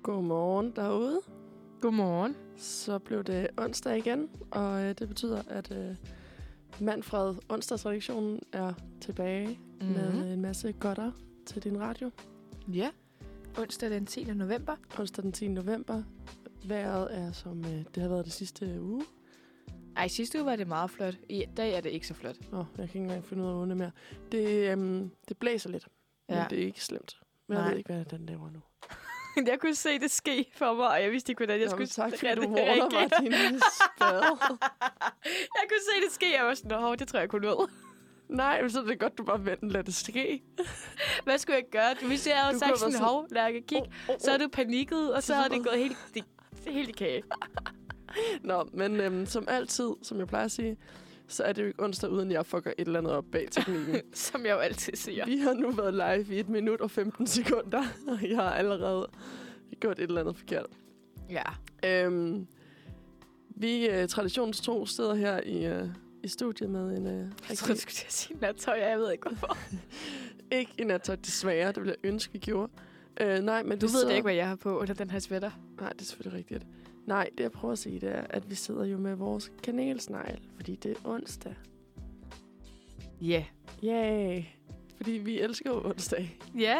Godmorgen derude. Godmorgen. Så blev det onsdag igen, og det betyder, at Manfred onsdagsredaktionen er tilbage med en masse godter til din radio. Ja. Onsdag den 10. november. Onsdag den 10. november. Vejret er som det har været det sidste uge. Ej, sidste uge var det meget flot. I dag er det ikke så flot. Jeg kan ikke engang finde ud af det mere. Det blæser lidt, men det er ikke slemt. Men jeg ved ikke, hvad den laver nu. Jeg kunne se det ske for mig, og jeg vidste ikke, hvordan jeg skulle tak, fordi du måler mig din spade. Jeg kunne se det ske, og jeg var sådan, det tror jeg kunne nå. Nej, så er det godt, du bare venter, lad det ske. Hvad skulle jeg gøre? Hvis jeg havde sagt sådan, Lærke, kig, så havde du panikket, og så havde det gået helt i kage. Nå, men som altid, som jeg plejer at sige, så er det jo ikke onsdag, uden jeg fucker et eller andet op bag teknikken. Som jeg jo altid siger. Vi har nu været live i 1 minut og 15 sekunder, og jeg har allerede gjort et eller andet forkert. Ja. Vi traditionens tro sidder her i studiet med en... Jeg tror, du skulle sige nattøj, jeg ved ikke hvorfor. Ikke en nattøj, desværre. Det ville jeg ønske, vi gjorde. Nej, men du ved da ikke, hvad jeg har på under den her sweater. Nej, det er selvfølgelig rigtigt. Nej, det jeg prøver at sige, det er, at vi sidder jo med vores kanelsnegl, fordi det er onsdag. Ja. Yeah. Yay. Fordi vi elsker jo onsdag. Ja.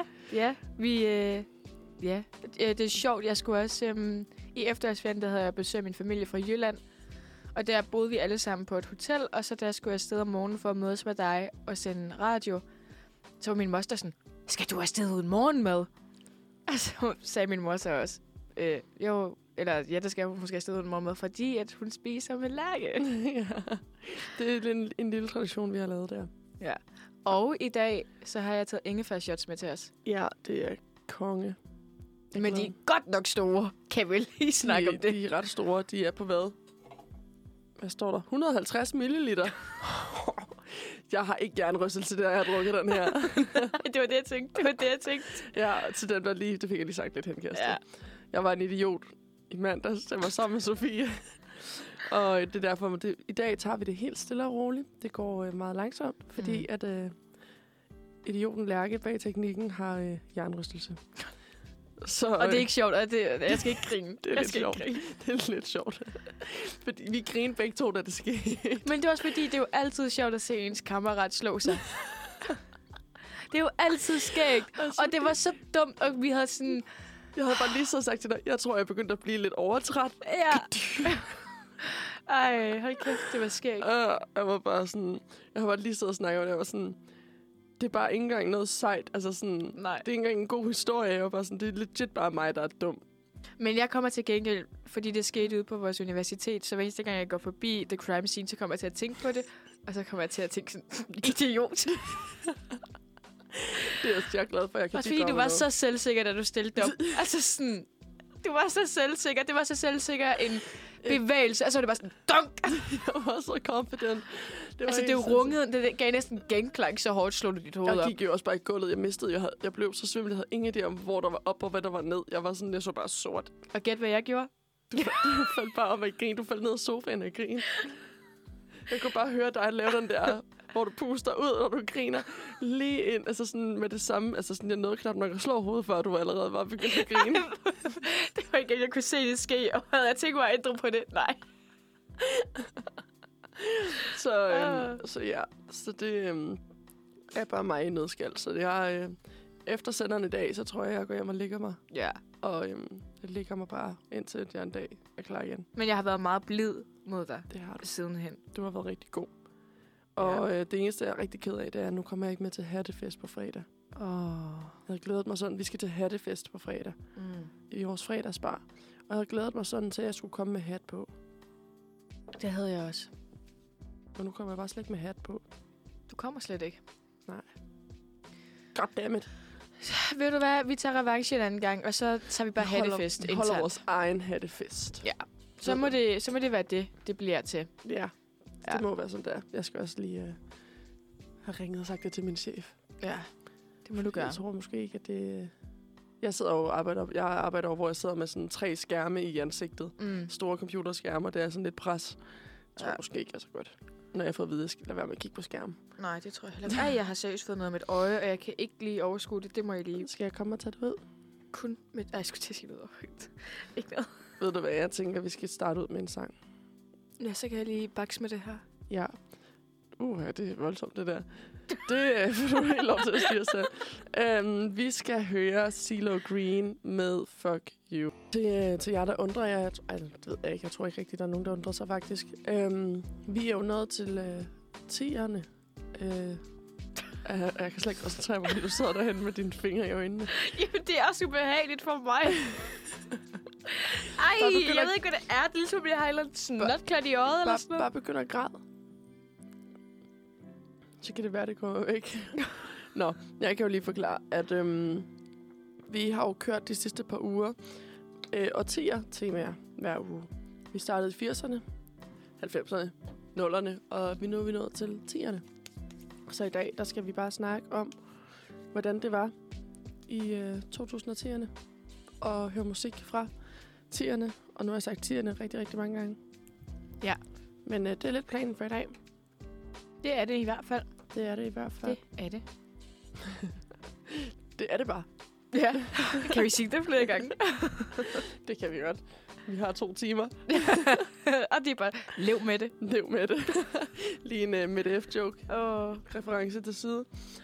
Det er sjovt. Jeg skulle også... I efterårsferien, der havde jeg besøgt min familie fra Jylland. Og der boede vi alle sammen på et hotel. Og så der skulle jeg afsted om morgenen for at mødes med dig og sende radio. Så var min moster sådan, skal du afsted uden morgenmad? Og så sagde min mor så også, det skal hun måske afsted uden morgenmad, fordi at hun spiser med Lærke. Ja, det er en lille tradition, vi har lavet der. Ja. Og i dag, så har jeg taget ingefærshots med til os. Ja, det er konge. Men de er godt nok store. Kan vi lige snakke om det? De er ret store. De er på hvad? Hvad står der? 150 milliliter. Jeg har ikke jernrystelse, da jeg har drukket den her. Det var det, jeg tænkte. Ja, så den var lige, det fik jeg lige sagt lidt henkastet. Ja. Jeg var en idiot i mandags. Jeg var sammen med Sofie. Og det er derfor, i dag tager vi det helt stille og roligt. Det går meget langsomt, fordi at idioten Lærke bag teknikken har jernrystelse. Så, og det er ikke sjovt, og jeg skal ikke grine. Det er lidt sjovt. Det er lidt sjovt. Fordi vi griner begge to, da det skete. Men det er også fordi, det er jo altid sjovt at se ens kammerat slå sig. Det er jo altid skægt. Og det var så dumt, og vi havde sådan... Jeg havde bare lige så sagt til dig, jeg tror, jeg begyndte at blive lidt overtræt. Ja. Ej, hold kæft, det var skægt. Jeg var bare sådan... Jeg har bare lige siddet og snakket om det. Jeg var sådan... Det er bare ikke engang noget sejt. Altså sådan... Nej. Det er ikke engang en god historie. Jeg var bare sådan... Det er legit bare mig, der er dum. Men jeg kommer til gengæld, fordi det skete ude på vores universitet, så hver eneste gang, jeg går forbi The Crime Scene, så kommer jeg til at tænke på det. Og så kommer jeg til at tænke sådan... Idiot. Det er jeg glad for, jeg kan også fordi du var så selvsikker, da du stillede op. Altså sådan... Du var så selvsikker. Det var så selvsikker en bevægelse. Altså, det var sådan... Dunk! Jeg var så confident. Det rungede. Det gav næsten genklang, så hårdt slog du dit hoved op. Jeg gik jo også bare i gulvet. Jeg mistede. Jeg blev så svimmel. Jeg havde ingen idé om, hvor der var op og hvad der var ned. Jeg så bare sort. Og gæt, hvad jeg gjorde? Du faldt bare op og grin. Du faldt ned af sofaen og grin. Jeg kunne bare høre dig lave den der... hvor du puster ud, og du griner lige ind, altså sådan med det samme. Altså sådan, jeg nåede knap nok at slå hovedet, før du allerede var begyndt at grine. Det var ikke, jeg kunne se det ske, og havde jeg tænkt mig at ændre på det? Nej. Så ja, så det er bare mig i nødskal. Så jeg efter senderen i dag, så tror jeg går hjem og ligger mig. Ja. Og jeg ligger mig bare indtil jeg en dag er klar igen. Men jeg har været meget blid mod dig. Det har du. Sidenhen. Du har været rigtig god. Og det eneste, jeg er rigtig ked af, det er, at nu kommer jeg ikke med til hattefest på fredag. Jeg havde glædet mig sådan, vi skal til hattefest på fredag. I vores fredagsbar. Og jeg havde glædet mig sådan til, at jeg skulle komme med hat på. Det havde jeg også. Og nu kommer jeg bare slet ikke med hat på. Du kommer slet ikke. Nej. Goddammit. Ved du hvad, vi tager revanche en anden gang, og så tager vi bare hattefest internt. Vi holder vores egen hattefest. Ja. Så må det være det bliver til. Ja. Det må være sådan der. Jeg skal også lige have ringet og sagt det til min chef. Ja, det må du gøre. Jeg tror måske ikke, at det... Jeg arbejder over, hvor jeg sidder med sådan 3 skærme i ansigtet. Store computerskærme, det er sådan lidt pres. Jeg tror måske ikke er så godt, når jeg får at vide, at jeg skal lade være med at kigge på skærmen. Nej, det tror jeg heller ikke. Jeg har seriøst fået noget med et øje, og jeg kan ikke lige overskue det. Det må jeg lige... Skal jeg komme og tage det ud? kun med... Ej, jeg skulle til at sige noget højt. Ikke noget. Ved du hvad, jeg tænker, vi skal starte ud med en sang. Ja, så kan jeg lige bakse med det her. Ja. Ja, det er voldsomt, det der. Det får du helt lov til at styre selv. Vi skal høre CeeLo Green med Fuck You. Til jer, der undrer jer... det ved jeg ikke. Jeg tror ikke rigtigt, der er nogen, der undrer sig faktisk. Vi er jo nået til 10'erne. Jeg kan slet ikke koncentrere mig, fordi du sidder derhen med dine fingre i øjnene. Jamen, det er også ubehageligt for mig. Ej, jeg ved ikke, hvad det er. Det er ligesom, jeg har et eller andet snotklat i øjet eller sådan noget. Bare begynder at græde. Så kan det være, det kommer væk. Nå, jeg kan jo lige forklare, at vi har jo kørt de sidste par uger årtier-temaer hver uge. Vi startede i 80'erne, 90'erne, 0'erne, og nu er vi nået til 10'erne. Så i dag, der skal vi bare snakke om, hvordan det var i 2010'erne, og høre musik fra 10'erne. Og nu har jeg sagt 10'erne rigtig, rigtig mange gange. Ja. Men det er lidt planen for i dag. Det er det i hvert fald. Det er det i hvert fald. Det er det. Det er det bare. Ja. Kan vi sige det flere gange? Det kan vi godt. Vi har 2 timer. Og det er bare, lev med det. Lev med det. Lige en Mette F-joke. Reference til side.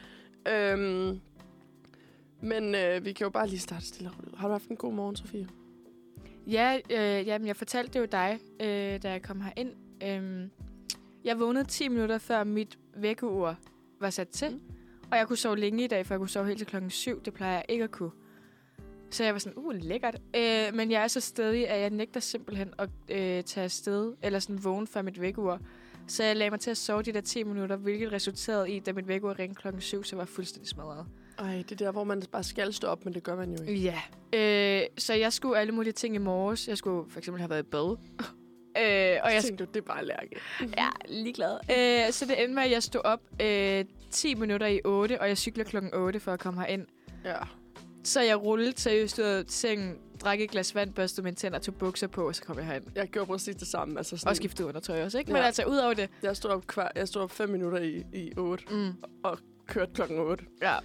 Men vi kan jo bare lige starte stille og roligt. Har du haft en god morgen, Sofie? Ja, jamen, jeg fortalte det jo dig, da jeg kom herind. Jeg vågnede 10 minutter før mit vækkeur var sat til. Og jeg kunne sove længe i dag, for jeg kunne sove helt til klokken 7. Det plejer jeg ikke at kunne. Så jeg var sådan, lækkert. Men jeg er så stedig, at jeg nægter simpelthen at tage afsted, eller sådan vågne før mit vækkeur. Så jeg lagde mig til at sove de der 10 minutter, hvilket resulterede i, da mit vækkeur ringede klokken 7, så var jeg fuldstændig smadret. Ej, det er der, hvor man bare skal stå op, men det gør man jo ikke. Ja. Så jeg skulle alle mulige ting i morges. Jeg skulle for eksempel have været i bad. Og jeg tænkte, det er bare Lærke. Ja, ligeglad. Så det endte med, at jeg stod op 10 minutter i 8, og jeg cykler klokken 8 for at komme herind. Ja. Så jeg rullede seriøst ud af sengen, drak et glas vand, børstede mine tænder, tog bukser på, og så kom jeg herind. Jeg gjorde præcis det samme. Altså sådan, og skiftede undertøj også, ikke? Ja. Men altså, ud over det... Jeg stod op 5 minutter i 8, og kørte klokken 8. Ja.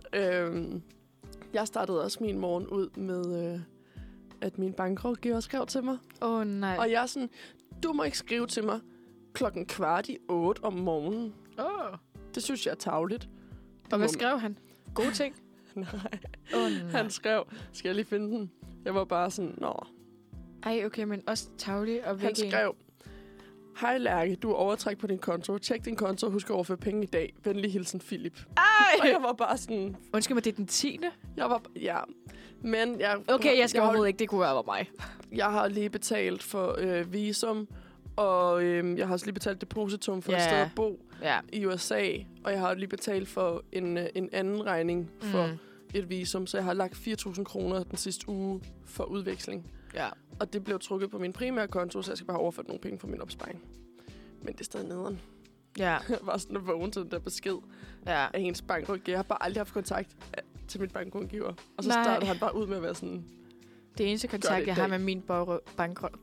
Jeg startede også min morgen ud med, at min bankrådgiver skrev til mig. Nej. Og jeg er sådan, du må ikke skrive til mig 7:15 om morgenen. Det synes jeg er tarveligt. Og hvad skrev han? Gode ting? Nej. Nej. Han skrev, skal jeg lige finde den? Jeg var bare sådan, nå. Ej, okay, men også tarvelig og væk. Han skrev, hej Lærke, du er overtræk på din konto. Tjek din konto og husk at overføre penge i dag. Venlig hilsen, Philip. Ej! Og jeg var bare sådan... Undskyld mig, det er den 10. Ja. Men jeg... Okay, jeg skal overhovedet ikke. Det kunne være mig. Jeg har lige betalt for visum, og jeg har også lige betalt depositum for et sted at bo i USA. Og jeg har lige betalt for en anden regning for et visum, så jeg har lagt 4.000 kroner den sidste uge for udveksling. Ja. Og det blev trukket på min primære konto, så jeg skal bare overføre nogle penge fra min opsparing. Men det er stadig nederen. Ja. Jeg var sådan at vågne til den der besked af hendes bankrådgiver. Jeg har bare aldrig haft kontakt til min bankrådgiver. Og så startede han bare ud med at være sådan... Det eneste kontakt, jeg har med min bankrådgiver.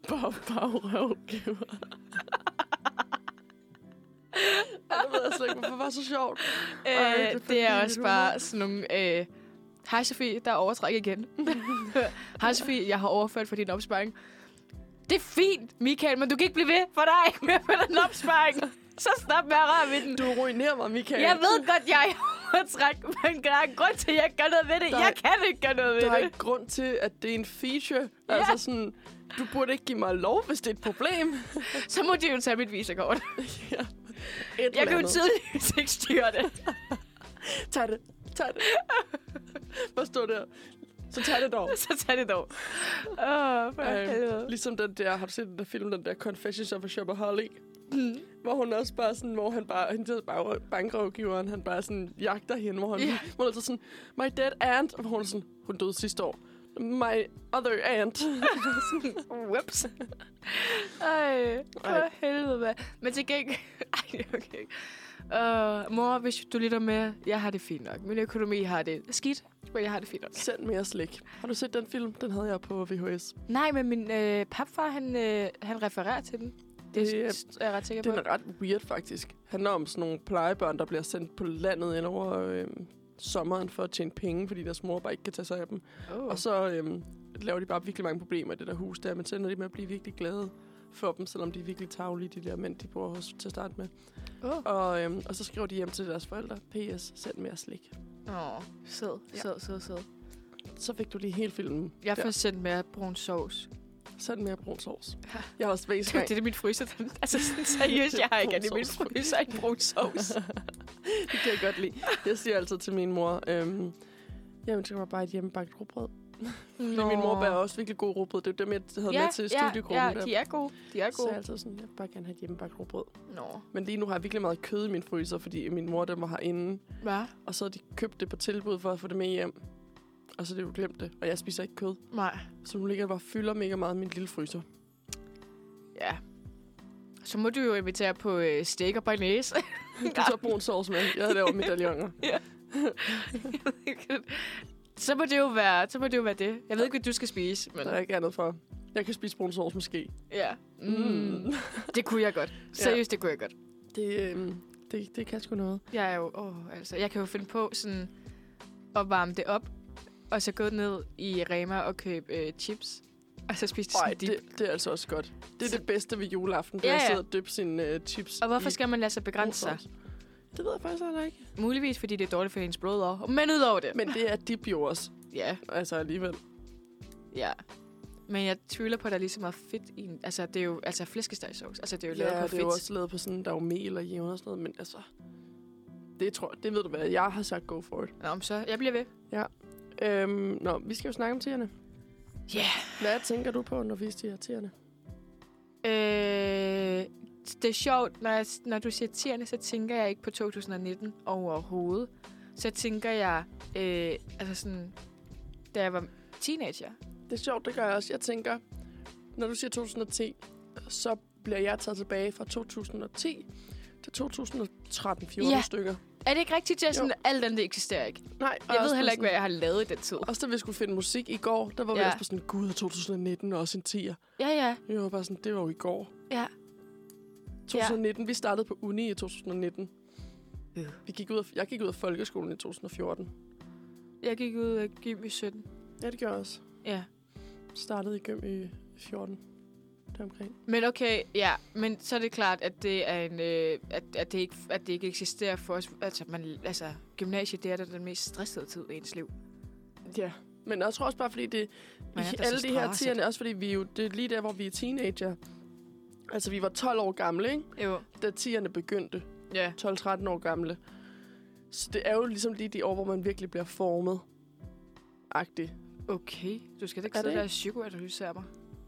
Jeg ved slet ikke, hvorfor det var så sjovt. Det er også bare sådan nogle... Hej Sofie, der er overtræk igen. Hej Sofie, jeg har overført for din opsparing. Det er fint, Michael, men du kan ikke blive ved, for der er ikke mere for den opsparing. Så stop med at røre ved den. Du ruinerer mig, Michael. Jeg ved godt, jeg er overtræk, men der er en grund til, at jeg gør noget ved det. Jeg kan ikke gøre noget ved det. Der er ikke grund til, at det er en feature. Ja. Altså sådan, du burde ikke give mig lov, hvis det er et problem. Så må de jo tage mit visakort. Ja. Jeg kan jo tydeligvis ikke styre det. Tag det. Hvad står der? Så tag det dog. For helvede. Ligesom den der, har du set den der film, den der Confessions of a Shopaholic? Hvor hun også bare sådan, hvor han bare, bankrådgiveren, han bare sådan jagter hende, hvor hun er sådan, my dead aunt, og hvor hun sådan, hun døde sidste år. My other aunt. Whoops. Ej, for helvede, hvad. Men til gengæld... Ej, okay. Mor, hvis du lytter med, jeg har det fint nok. Min økonomi har det skidt, men jeg har det fint nok. Send mere slik. Har du set den film? Den havde jeg på VHS. Nej, men min papfar, han refererer til den. Det er jeg ret sikker på. Den er ret weird, faktisk. Han handler om sådan nogle plejebørn, der bliver sendt på landet ind over sommeren for at tjene penge, fordi deres mor bare ikke kan tage sig af dem. Oh. Og så laver de bare virkelig mange problemer i det der hus der, men så ender de med at blive virkelig glade for dem, selvom de er virkelig tarvelige, de der mænd, de bor hos til at starte med. Og så skriver de hjem til deres forældre, PS, send mere slik. Sød. Så fik du lige hele filmen. Jeg får sendt mere brun sovs. Send mere brun sovs. Ja. Jeg har også været Det er min fryser. Altså sådan seriøst, jeg har ikke i min fryser en brun sovs. Det kan jeg godt lide. Jeg siger altid til min mor, jeg ønsker mig bare et hjemmebagt rugbrød. Min mor bager også virkelig god rugbrød. Det er dem, jeg havde med til studiegruppen. Ja, de er gode. Så jeg er altid sådan, jeg vil bare gerne have et hjemmebagt rugbrød. Nå. Men lige nu har jeg virkelig meget kød i min fryser, fordi min mor dem var herinde. Hvad? Og så har de købt det på tilbud for at få det med hjem. Og så er det jo glemt det. Og jeg spiser ikke kød. Nej. Så nu ligger det bare fylder mega meget i min lille fryser. Ja. Så må du jo invitere på steak og bearnaise. Du tager brun sovs med. Jeg laver medaljoner. Ja. Så må det jo være det. Jeg ved ikke, hvad du skal spise. Men... Der er ikke andet for. Jeg kan spise brun sovs måske. Ja. Det kunne jeg godt. Seriøst, det kunne jeg godt. Det kan sgu noget. Jeg er jo, jeg kan jo finde på sådan at varme det op, og så gå ned i Rema og købe chips, og så spise det er altså også godt. Det er det bedste ved juleaften, det er at sidde og dyppe sine chips. Og hvorfor skal man lade sig begrænse sig? Det ved jeg faktisk heller ikke. Muligvis, fordi det er dårligt for hendes blod, men ud over det. Men det er dip jo også. Ja. Altså alligevel. Ja. Men jeg tvivler på, at der er lige så meget fedt i en. Altså, det er jo flæskestegsovs. Altså, det er jo lavet på fedt. Ja, det er jo også lavet på sådan, der er jo mel og jævn og sådan noget, men altså... Det ved du hvad, jeg har sagt go for it. Nå, så jeg bliver ved. Ja. Vi skal jo snakke om tierne. Ja. Yeah. Hvad tænker du på, når vi siger tierne? Det er sjovt, når du siger tierne, så tænker jeg ikke på 2019 overhovedet. Så tænker jeg, sådan, da jeg var teenager. Det er sjovt, det gør jeg også. Jeg tænker, når du siger 2010, så bliver jeg taget tilbage fra 2010 til 2013-14 stykker. Er det ikke rigtigt, at alt andet eksisterer ikke? Nej. Jeg ved heller ikke, hvad jeg har lavet i den tid. Også da vi skulle finde musik i går, der var vi også på sådan, gud, 2019 og også en 10'er. Ja. Jeg var bare sådan, det var jo i går. Ja. 2019, vi startede på uni i 2019. Jeg gik ud af folkeskolen i 2014. Jeg gik ud af gym i 17. Ja, det gjorde jeg også. Ja. Startede i gym i 14. Deromkring. Men okay, ja. Men så er det klart, at det er en, at det ikke eksisterer for os. Altså, gymnasiet, det er den mest stressede tid i ens liv. Ja. Men jeg tror også bare, fordi det... alle de her tierne, også fordi det er lige der, hvor vi er teenager. Altså, vi var 12 år gamle, ikke? Jo. Da tierne begyndte. Ja. 12-13 år gamle. Så det er jo ligesom lige de år, hvor man virkelig bliver formet. Agtigt. Okay. Du skal da ikke sidde der og psykoanalyse af mig.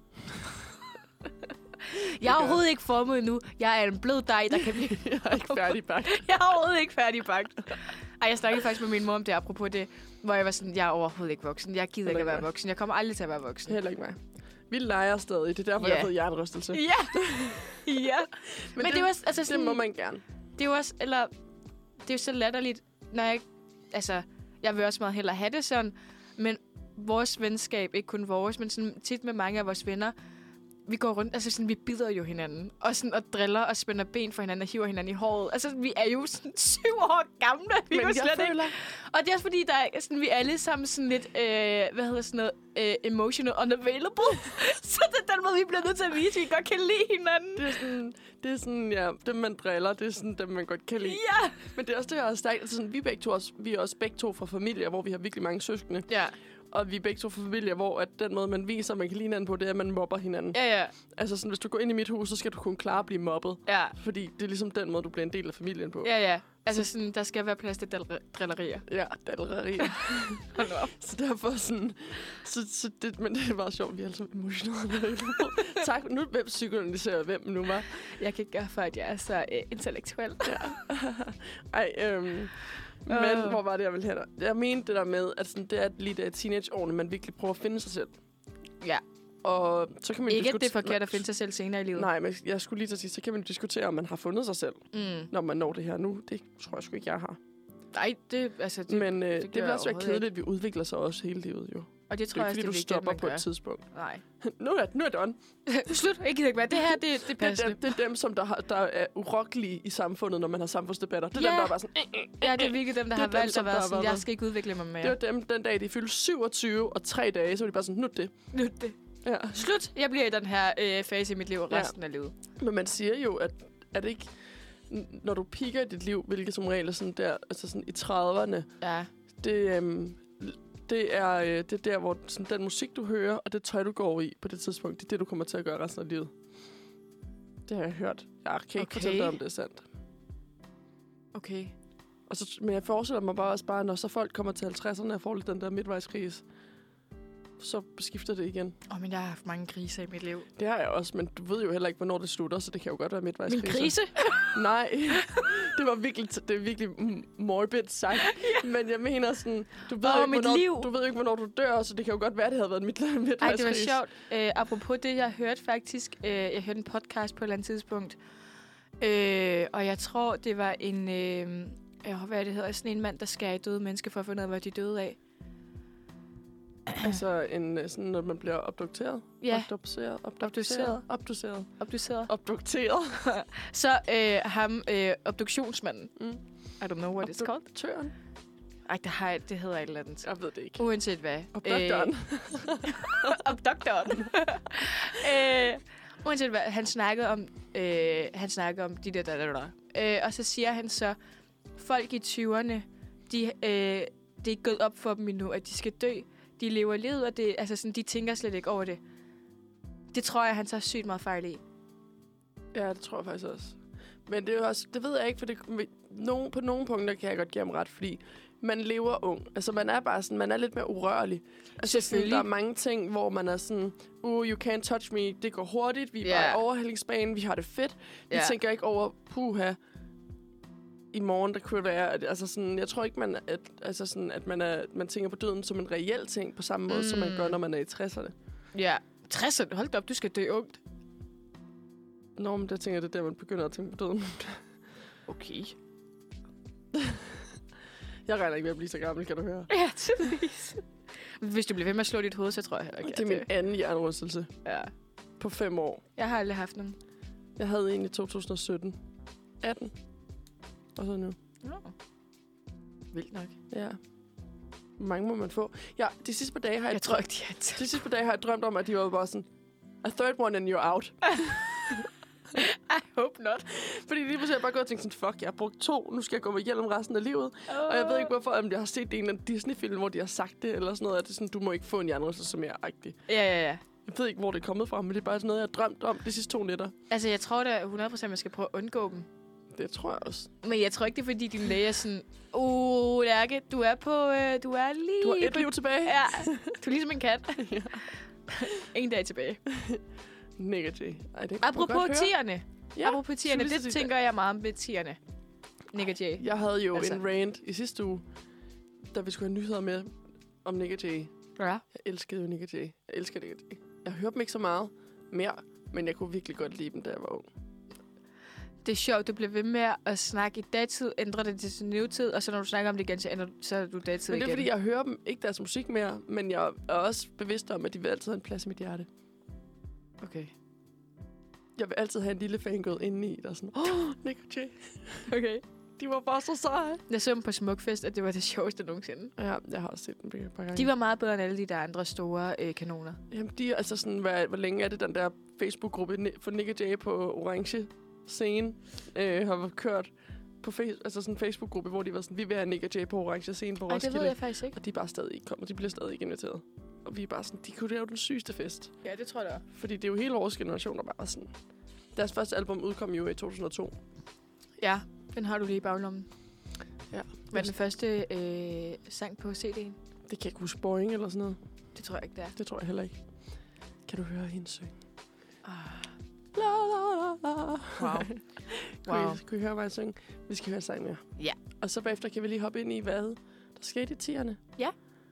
Jeg er overhovedet ikke formet endnu. Jeg er en blød dej, der kan blive... Jeg er ikke færdigbagt. Jeg er overhovedet ikke færdigbagt. Ej, jeg snakkede faktisk med min mor om det, apropos det, hvor jeg var sådan, jeg er overhovedet ikke voksen. Jeg gider ikke at være voksen. Jeg kommer aldrig til at være voksen. Heller ikke mig. Vi leger stadig. Det er derfor, jeg har fået hjernerystelse. Ja. Ja. Men det er også, altså sådan, det må man gerne. Det er jo også, eller... Det er jo så latterligt, når jeg... Altså, jeg vil også meget hellere have det sådan, men vores venskab, ikke kun vores, men sådan tit med mange af vores venner, vi går rundt, altså sådan, vi bider jo hinanden, og sådan, og driller og spænder ben for hinanden og hiver hinanden i håret. Altså, vi er jo sådan 7 år gamle, vi men slet ikke. Og det er også fordi, der er sådan, vi er alle sammen sådan lidt, emotional unavailable. Så det er den måde, vi bliver nødt til at vise, at vi godt kan lide hinanden. Det er sådan, ja, dem man driller, det er sådan, dem man godt kan lide. Ja. Men det er også det, jeg har sagt, altså sådan, vi er også begge to fra familier, hvor vi har virkelig mange søskende. Ja. Og vi er begge to fra familier, hvor at den måde, man viser, man kan lide hinanden på, det er, at man mobber hinanden. Ja. Altså sådan, hvis du går ind i mit hus, så skal du kunne klare at blive mobbet. Ja. Fordi det er ligesom den måde, du bliver en del af familien på. Ja. Altså sådan, der skal være plads til drillerier. Ja, drillerier. Så derfor sådan... men det er bare sjovt, vi er altså emotionelle. Tak. Nu psykoanalyserer hvem nu var. Jeg kan ikke gøre for, at jeg er så intellektuel. Ja. Men hvor var det, jeg ville have dig? Jeg mente det der med, at sådan, det er lige der teenageårene, man virkelig prøver at finde sig selv. Ja. Og så kan man ikke, at det er forkert at finde sig selv senere i livet. Nej, men jeg skulle lige til at sige, så kan man diskutere, om man har fundet sig selv, når man når det her nu. Det tror jeg sgu ikke, jeg har. Nej, det men det vil også være kedeligt, at vi udvikler sig også hele livet, jo. Og det tror Det er jeg ikke, også, fordi det er du vigtigt, stopper at på man et tidspunkt. Nej. Nu er done. Slut. Jeg gider ikke mere. Det her, det passer. Det er dem, som der er urokkelige i samfundet, når man har samfundsdebatter. Det er Ja. dem, der er bare sådan... Ja, det er virkelig dem, der Det er har dem, valgt som at være der har sådan, været- jeg skal ikke udvikle mig mere. Det var dem, den dag, de fyldte 27 og 3 dage, så var de bare sådan, nu er det. Nu er det. Ja. Slut. Jeg bliver i den her fase i mit liv resten af livet. Men man siger jo, at er det ikke... Når du piker i dit liv, hvilket som regel er sådan der, altså sådan i 30'erne, Ja. det er der, hvor sådan, den musik, du hører, og det tøj, du går i på det tidspunkt, det er det, du kommer til at gøre resten af livet. Det har jeg hørt. Jeg kan ikke fortælle dig, om det er sandt. Okay. Og så, men jeg forestiller mig bare også bare, når så folk kommer til 50'erne og får lidt den der midtvejskrise, så skifter det igen. Men jeg har haft mange kriser i mit liv. Det har jeg også, men du ved jo heller ikke, hvornår det slutter, så det kan jo godt være midtvejskrise. Min krise? Nej, det er virkelig morbid sagt. Men jeg mener sådan, du ved jo ikke, hvornår du dør, så det kan jo godt være, det havde været en midtvejskrise. Ej, det var sjovt. Apropos det, jeg hørte faktisk, jeg hørte en podcast på et eller andet tidspunkt, og jeg tror, det var en, hvad det hedder, sådan en mand, der skærer i døde mennesker for at finde ud af, hvad de døde af. Altså, sådan, når man bliver abdukteret? Ja. Abdukteret. Så ham, obduktionsmanden. I don't know what it's called. Abduktøren? Ej, det hedder et eller andet. Jeg ved det ikke. Uanset hvad. Abduktøren. Abduktøren. Uanset hvad, han snakkede om de der. Og så siger han så, folk i 20'erne, det er gået op for dem endnu, at de skal dø. De lever livet, og de tænker slet ikke over det. Det tror jeg, han tager sygt meget fejl i. Ja, det tror jeg faktisk også. Men det er jo også, det ved jeg ikke, for på nogle punkter kan jeg godt give ham ret, fordi man lever ung. Altså man er bare sådan, man er lidt mere urørlig. Altså sådan, der er mange ting, hvor man er sådan, you can't touch me, det går hurtigt, vi er bare i overhældingsbanen, vi har det fedt. Vi tænker ikke over, puha, i morgen, der kunne være, altså sådan, jeg tror ikke, man tænker på døden som en reel ting, på samme måde, som man gør, når man er i 60'erne. Ja, 60'erne, hold da op, du skal dø ungt. Nå, men der tænker jeg, det er der, man begynder at tænke på døden. Okay. Jeg regner ikke med at blive så gammel, kan du høre. Ja, tydeligvis. Hvis du bliver ved med at slå dit hoved, så tror jeg heller ikke. Det er min anden hjernerystelse. Ja. På 5 år. Jeg har aldrig haft nogen. Jeg havde en i 2017. 18. Og så nu. Nå. Vildt nok. Ja. Hvor mange må man få? Ja, de sidste par dage har jeg tror ikke, de sidste par dage har jeg drømt om, at de var bare sådan, a third one and you're out. I hope not. Fordi lige pludselig har jeg bare gået og tænkt sådan, fuck, jeg har brugt 2, nu skal jeg gå med hjelm resten af livet. Og jeg ved ikke hvorfor, om jeg har set det i en Disney-film, hvor de har sagt det, eller sådan noget, at det er sådan, du må ikke få en hjernerystelse som jeg-agtig. Ja. Jeg ved ikke, hvor det er kommet fra, men det er bare sådan noget, jeg har drømt om de sidste 2 nætter. Altså, jeg tror da 100% man skal prøve at undgå dem. Det tror jeg også. Men jeg tror ikke, det er fordi, din læge er sådan, Lærke, du er lige... Du har et liv tilbage. Ja, du er ligesom en kat. Ja. Ingen dag tilbage. Negativ. Apropos tierne. Ja, apropos tierne, det tænker jeg meget om ved tierne. Nick og Jay. Jeg havde jo en rant i sidste uge, da vi skulle have nyheder med om Nick og Jay. Ja. Jeg elskede jo Nick og Jay. Jeg elsker Nick og Jay. Jeg hørte dem ikke så meget mere, men jeg kunne virkelig godt lide dem, da jeg var ung. Det er sjovt, du bliver ved med at snakke i datid, ændrer det til nutid, og så når du snakker om det igen, så er du datid igen. Men det er, fordi jeg hører dem ikke deres musik mere, men jeg er også bevidst om, at de vil altid have en plads i mit hjerte. Okay. Jeg vil altid have en lille fangirl indeni, der er sådan, Nick og Jay. Okay. De var bare så seje. Jeg så dem på Smukfest, og det var det sjoveste nogensinde. Ja, jeg har også set dem et par gange. De var meget bedre end alle de der andre store kanoner. Jamen, de er altså sådan, hvor længe er det, den der Facebook-gruppe for Nick og Jay på Orange Scene har kørt på sådan en Facebook-gruppe, hvor de var sådan, vi vil have Nick og Jay på Orange Scene på Roskilde. Det ved jeg faktisk ikke. Og de er bare stadig ikke kommet. De bliver stadig ikke inviteret. Og vi er bare sådan, de kunne lave den sygeste fest. Ja, det tror jeg. Fordi det er jo hele vores generation, der bare sådan. Deres første album udkom jo i 2002. Ja, den har du lige i baglommen. Ja. Hvad er den første sang på CD'en? Det kan jeg ikke huske. Boring eller sådan noget. Det tror jeg ikke, det er. Det tror jeg heller ikke. Kan du høre hende synge? La, la, la, la. Wow. Kunne I høre mig synge? Vi skal høre sang mere. Ja. Og så bagefter kan vi lige hoppe ind i, hvad der skete i 10'erne. Ja.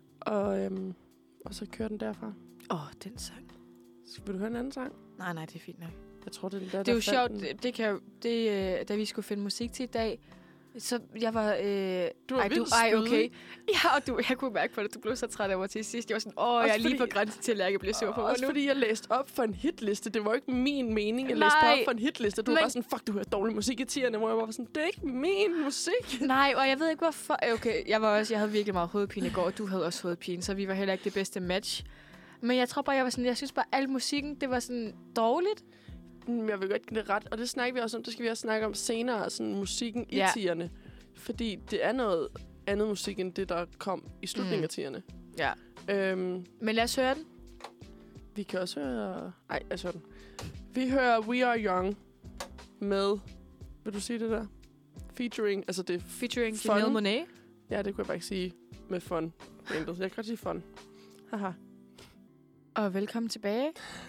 Og så køre den derfra. Den sang. Vil du høre en anden sang? Nej, det er fint nok. Jeg tror, det er den der, det er jo sjovt. Da vi skulle finde musik til i dag, Så jeg var... Du var vildt spydig. Okay. Ja, og jeg kunne mærke på det, du blev så træt af mig til sidst. Jeg var sådan, jeg er lige på grænsen til, at jeg bliver sur på mig også nu. fordi jeg læste op for en hitliste. Det var ikke min mening, at læse op for en hitliste. Du var bare sådan, fuck, du hører dårlig musik i 10'erne, hvor jeg var sådan, det er ikke min musik. Nej, og jeg ved ikke, hvorfor... Okay, jeg havde virkelig meget hovedpine i går, og du havde også hovedpine, så vi var heller ikke det bedste match. Men jeg tror bare, jeg synes bare, al musikken, det var sådan dårligt. Jeg vil godt give det ret, og det snakker vi også om. Det skal vi også snakke om senere, sådan musikken i 10'erne. Fordi det er noget andet musik, end det, der kom i slutningen af 10'erne. Ja. Men lad os høre den. Vi kan også høre... Ej, jeg så den. Vi hører We Are Young med... Vil du sige det der? Featuring... Altså det er featuring Fun. Janelle Monáe. Ja, det kunne jeg bare ikke sige med Fun. Jeg kan godt sige Fun. Haha. Og velkommen tilbage.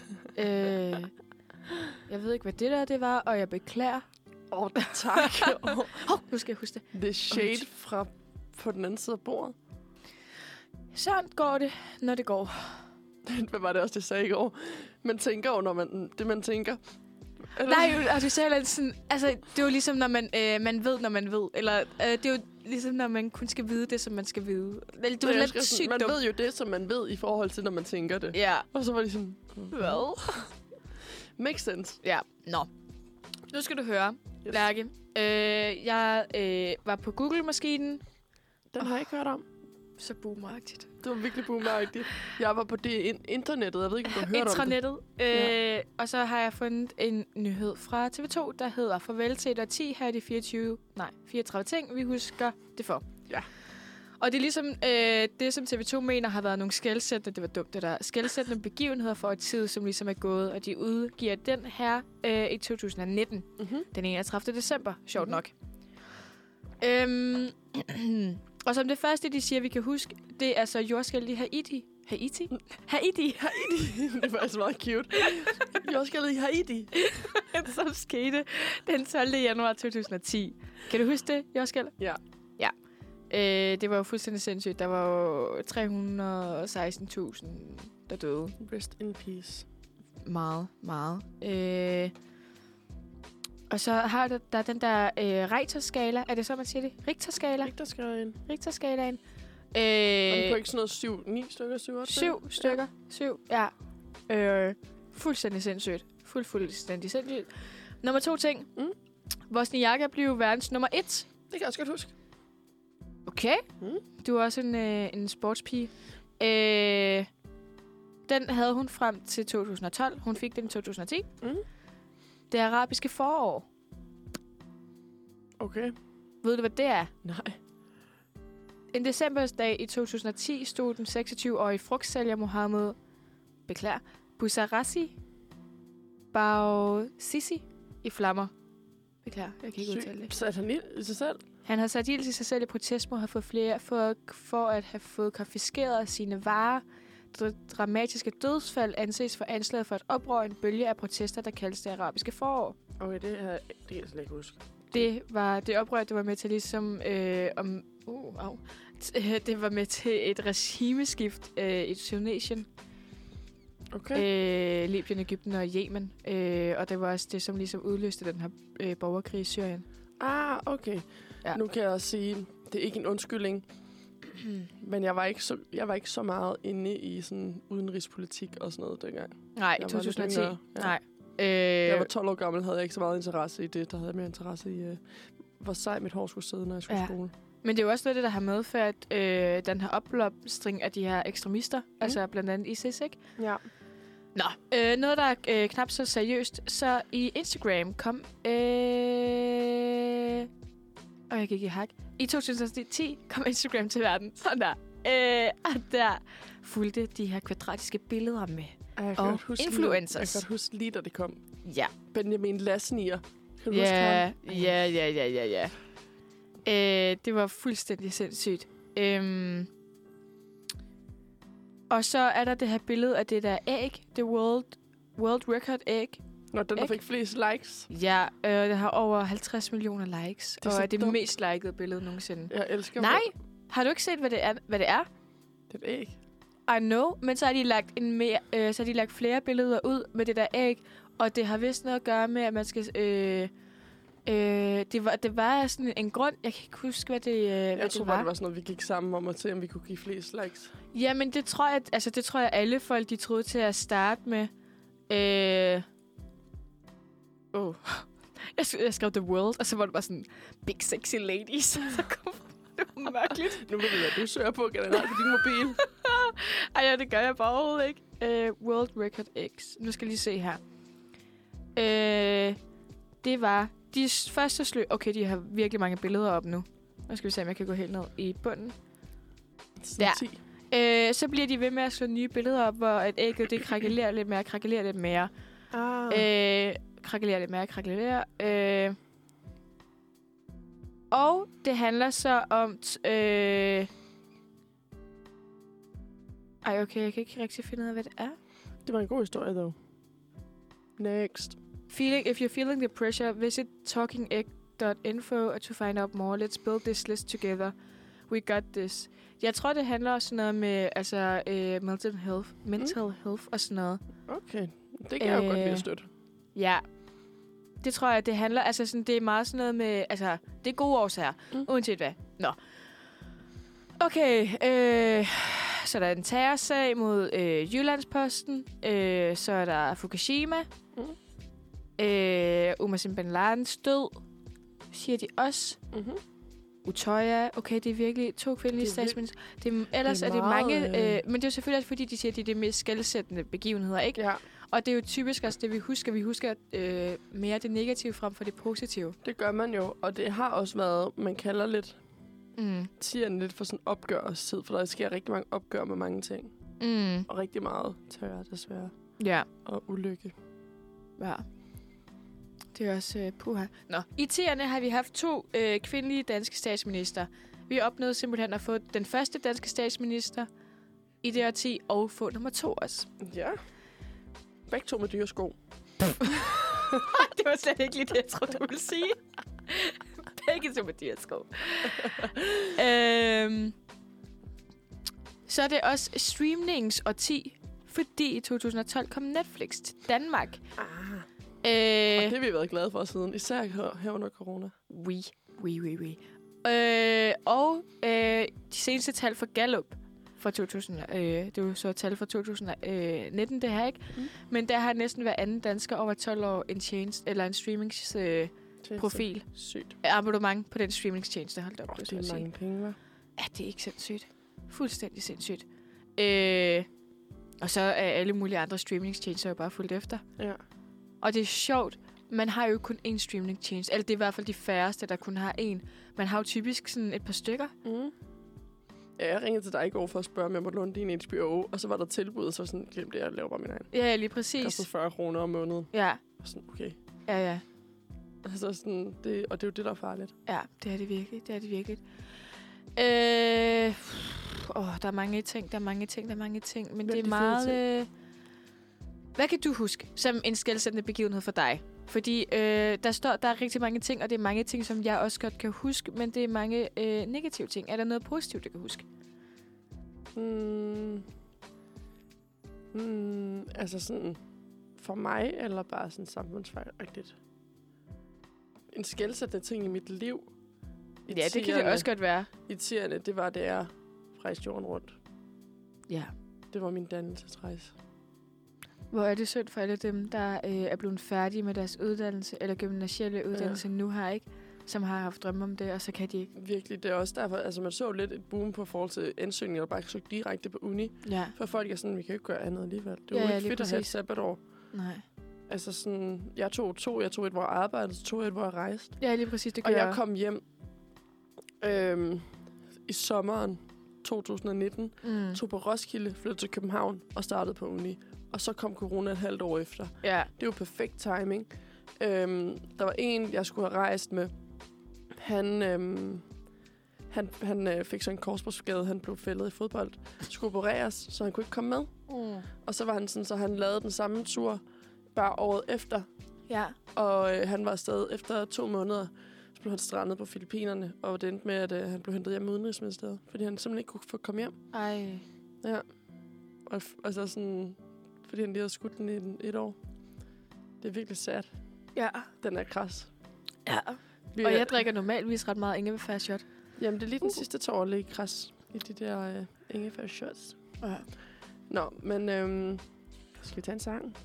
Jeg ved ikke, hvad det der var, og jeg beklager. Tak. Nu skal jeg huske det. Det er shade fra på den anden side af bordet. Sådan går det, når det går. Hvad var det også, det sagde i går? Man tænker jo, når man tænker. Nej, altså selv sådan, altså det er jo ligesom, når man ved, når man ved. Eller det er jo ligesom, når man kun skal vide det, som man skal vide. Det er lidt sygt man ved jo det, som man ved, i forhold til, når man tænker det. Ja. Og så var de sådan... Hvad? Makes sense. Ja, Nu skal du høre, yes. Lærke. Jeg var på Google-maskinen. Den har jeg ikke hørt om. Så boomeragtigt. Det var virkelig boomeragtigt. Jeg var på det internettet. Jeg ved ikke, om du har hørt om det. Og så har jeg fundet en nyhed fra TV2, der hedder Farvel til 10. Her er de 34 ting, vi husker det for. Ja. Og det er ligesom det, som TV2 mener har været nogle skelsættende, det var dumt det der, skelsættende begivenheder for et tid, som ligesom er gået, og de udgiver den her i 2019, den 31. december, sjovt nok. Og som det første, de siger, vi kan huske, det er så jordskælvet i Haiti. Haiti? Det var altså meget cute. Jordskælvet i Haiti. Som skete den 12. januar 2010. Kan du huske det, jordskælv? Ja. Det var jo fuldstændig sindssygt. Der var jo 316.000, der døde. Rest in peace. Meget. Og så har der den der Richterskala. Er det så, man siger det? Richterskalaen. Man kunne ikke sådan noget 7 stykker, 7 stykker. 7, ja. Fuldstændig sindssygt. Fuldstændig sindssygt. Nummer 2 ting. Wozniacki blev verdens nummer 1. Det kan jeg også godt huske. Okay. Du er også en sportspige. Den havde hun frem til 2012. Hun fik den i 2010. Det arabiske forår. Okay. Ved du, hvad det er? Nej. En decembersdag i 2010 stod den 26-årige frugtsælger Mohammed Bouazizi Bouazizi i flammer. Beklager, jeg kan ikke udtale det. Satte han ild i sig selv? Han har sat ild i sig selv i protest mod at have fået flere for at have fået konfiskeret sine varer. Dramatiske dødsfald anses for anslaget for et oprør, en bølge af protester, der kaldes det arabiske forår. Okay, det kan jeg slet ikke huske. Det var det oprør, det var med til ligesom det var med til et regimeskift i Tunesien. Okay. Libyen, Egypten og Yemen. Og det var også det, som ligesom udløste den her borgerkrig i Syrien. Okay. Ja. Nu kan jeg også sige, det er ikke en undskyldning, men jeg var ikke så meget inde i sådan udenrigspolitik og sådan noget dengang. Nej, i 2010. Ja. Nej. Jeg var 12 år gammel, havde jeg ikke så meget interesse i det. Der havde jeg mere interesse i, hvor sej mit hår skulle sidde, når jeg skulle i skole. Men det er jo også noget, der har medført den her opblomstring af de her ekstremister. Altså blandt andet ISIS, ikke? Ja. Nå, noget, der er knap så seriøst. Så i Instagram kom... og jeg gik i hak. I 2010 kom Instagram til verden. Sådan der. Og der fulgte de her kvadratiske billeder med. Og influencers. Jeg kan godt huske lige, da det kom. Ja. Benjamin Lassnier. Kan du huske ham? Ja. Det var fuldstændig sindssygt. Og så er der det her billede af det der æg. Det World Record æg. Nå, den der fik flest likes. Ja, det har over 50 millioner likes. Det er det mest likede billede nogensinde. Jeg elsker Nej, har du ikke set, hvad det er? Det er et æg. I know, men så har de lagt flere billeder ud med det der æg. Og det har vist noget at gøre med, at man skal Det var sådan en grund. Jeg kan ikke huske, hvad det var. Jeg tror bare, det var sådan noget, vi gik sammen om at se, om vi kunne give flest likes. Jamen, det tror jeg, alle folk, de troede til at starte med. Jeg skrev The World, og så var det bare sådan, big sexy ladies. Så kom det var mærkeligt. Nu ved vi, hvad du søger på generelt på din mobil. Ej, ja, det gør jeg bare overhovedet ikke. World Record X. Nu skal jeg lige se her. Det var de første Okay, de har virkelig mange billeder op nu. Nu skal vi se, om jeg kan gå helt ned i bunden. Der. Så bliver de ved med at slå nye billeder op, hvor at ægget det krakelerer lidt mere. Krakelerer. Og det handler så om... okay, jeg kan ikke rigtig finde ud af, hvad det er. Det var en god historie, dog. Next. If you're feeling the pressure, visit talkingegg.info to find out more. Let's build this list together. We got this. Jeg tror, det handler også sådan noget med mental health og sådan noget. Okay, det kan jeg jo godt lide at støtte. Ja, det tror jeg, det handler... Altså, sådan, det er meget sådan noget med... Altså, det er gode årsager, uanset hvad. Nå. Okay, så er der en terrorsag mod Jyllandsposten. Så er der Fukushima. Umar Bin Ladens død, siger de også. Utøya. Okay, det er virkelig 2 kvindelige statsminister. Ellers er det mange... men det er jo selvfølgelig også, fordi de siger, at det er de mest skelsættende begivenheder, ikke? Ja. Og det er jo typisk også det, vi husker. Vi husker mere det negative frem for det positive. Det gør man jo, og det har også været, man kalder lidt tieren lidt for sådan opgørstid, for der sker rigtig mange opgør med mange ting. Og rigtig meget terror, desværre. Ja. Og ulykke. Ja. Det er også puha. Nå. I 10'erne har vi haft 2 kvindelige danske statsminister. Vi opnåede simpelthen at få den første danske statsminister i det årti, og få nummer 2 også. Ja. Begge 2 med dyre sko. Det var slet ikke lige det, jeg troede, du ville sige. Begge 2 med dyre sko. Så er det også streamingsårti, fordi i 2012 kom Netflix til Danmark. Og det har vi været glade for siden, især her under corona. Oui. De seneste tal for Gallup fra 2000, det er jo så tal fra 2019, det her, ikke? Men der har næsten hver anden dansker over 12 år en tjeneste, eller en streamingsprofil. Sygt. Abonnement på den streamingstjeneste, hold da op. Det er mange penge, hva'? Ja, det er ikke sindssygt. Fuldstændig sindssygt. Og så er alle mulige andre streamingtjenester jo bare fulgt efter. Ja. Og det er sjovt. Man har jo kun én streamingtjeneste. Eller det er i hvert fald de færreste, der kun har én. Man har jo typisk sådan et par stykker. Ja, jeg ringede til dig i går for at spørge, om jeg måtte låne din HBO. Og så var der tilbud, så sådan, glem det, jeg laver bare min egen. Ja, lige præcis. Det kostede 40 kroner om måneden. Ja. Og sådan, okay. Ja. Altså sådan, og det er jo det, der er farligt. Ja, det er det virkelig. Der er mange ting. Men det er meget... Hvad kan du huske som en skelsættende begivenhed for dig? Fordi der er rigtig mange ting, og det er mange ting, som jeg også godt kan huske, men det er mange negative ting. Er der noget positivt, du kan huske? Altså sådan, for mig, eller bare sådan samfundsfejlagtigt? En skelsættende ting i mit liv? Ja, det kan det også godt være. I 10'erne, det var, det jeg rejste jorden rundt. Ja. Det var min dannelsesrejse. Hvor er det synd for alle dem, der er blevet færdige med deres uddannelse, eller gymnasielle uddannelse nu her, ikke? Som har haft drømme om det, og så kan de ikke. Virkelig, det er også derfor, altså man så lidt et boom på forhold til ansøgninger, og bare søge direkte på uni. Ja. For folk er sådan, vi kan jo ikke gøre andet alligevel. Det er jo ikke fedt at have et sabbatår. Nej. Altså sådan, jeg tog et, hvor jeg arbejdede, så tog et, hvor jeg rejste. Ja, lige præcis, det gør jeg. Og jeg kom hjem i sommeren 2019, tog på Roskilde, flyttede til København og startede på uni. Og så kom corona et halvt år efter. Ja. Det er jo perfekt timing. Der var en, jeg skulle have rejst med. Han fik så en korsbåndsskade. Han blev fældet i fodbold. Skulle opereres, så han kunne ikke komme med. Og så var han sådan, så han lavede den samme tur bare året efter. Ja. Og han var afsted efter 2 måneder. Så blev han strandet på Filippinerne. Og det endte med, at han blev hentet hjem i Udenrigsministeriet. Fordi han simpelthen ikke kunne få komme hjem. Ej. Ja. Og altså sådan... Fordi han lige havde skudt den i 1 år. Det er virkelig sad. Ja. Den er kras. Ja. Og jeg drikker normalvis ret meget ingefærshot. Jamen, det er lige den sidste tår at lægge græs i de der ingefærshots. Ja. Nå, men skal vi tage en sang?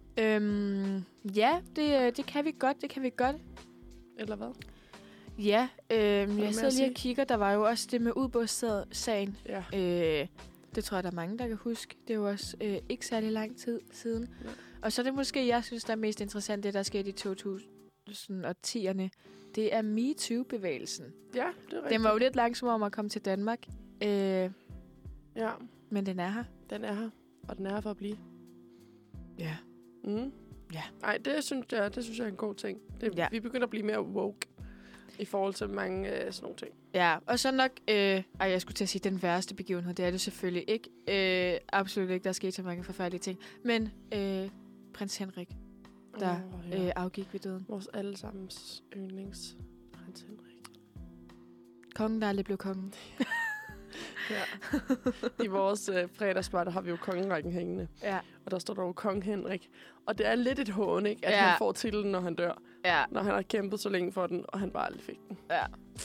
Ja, det kan vi godt. Eller hvad? Ja, jeg mere sidder at lige sige? og kigger. Der var jo også det med udbådssagen. Ja. Det tror jeg, der er mange, der kan huske. Det er jo også ikke særlig lang tid siden. Ja. Og så er det måske, jeg synes, der er mest interessant, det der skete i 2010'erne. Det er MeToo-bevægelsen. Ja, det er rigtigt. Den var jo lidt langsom om at komme til Danmark. Ja, Men den er her. den er her. Og den er her for at blive. Ja. Mm. Ja. Ej, det synes jeg er en god ting. Ja. Vi begynder at blive mere woke i forhold til mange sådan nogle ting. Ja, og så nok... jeg skulle til at sige, den værste begivenhed, det er det selvfølgelig ikke. Absolut ikke, der er sket så mange forfærdelige ting. Men prins Henrik, der afgik ved døden. Vores allesammens yndlings prins Henrik. Kongen, der aldrig blev kongen. Ja. I vores fredagsbar, har vi jo kongerækken hængende. Ja. Og der står der jo Kong Henrik. Og det er lidt et hån, ikke? At han får titlen, når han dør. Ja. Når han har kæmpet så længe for den, og han bare aldrig fik den. Ja.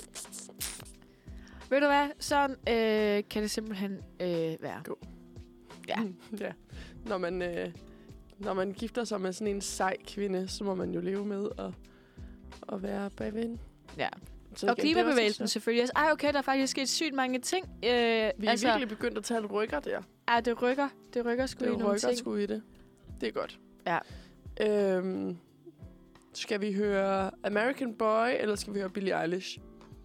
Ved du hvad? Sådan kan det simpelthen være. Gå. Ja. Ja. Når man gifter sig med sådan en sej kvinde, så må man jo leve med at være bagved hende. Ja. Så Og igen, klimabevægelsen selvfølgelig. Okay, der er faktisk sket sygt mange ting. Vi er virkelig begyndt at tage en rykker der. Ja, det rykker. Det rykker sgu i nogle ting. Sgu i det. Det er godt. Ja. Skal vi høre American Boy, eller skal vi høre Billie Eilish?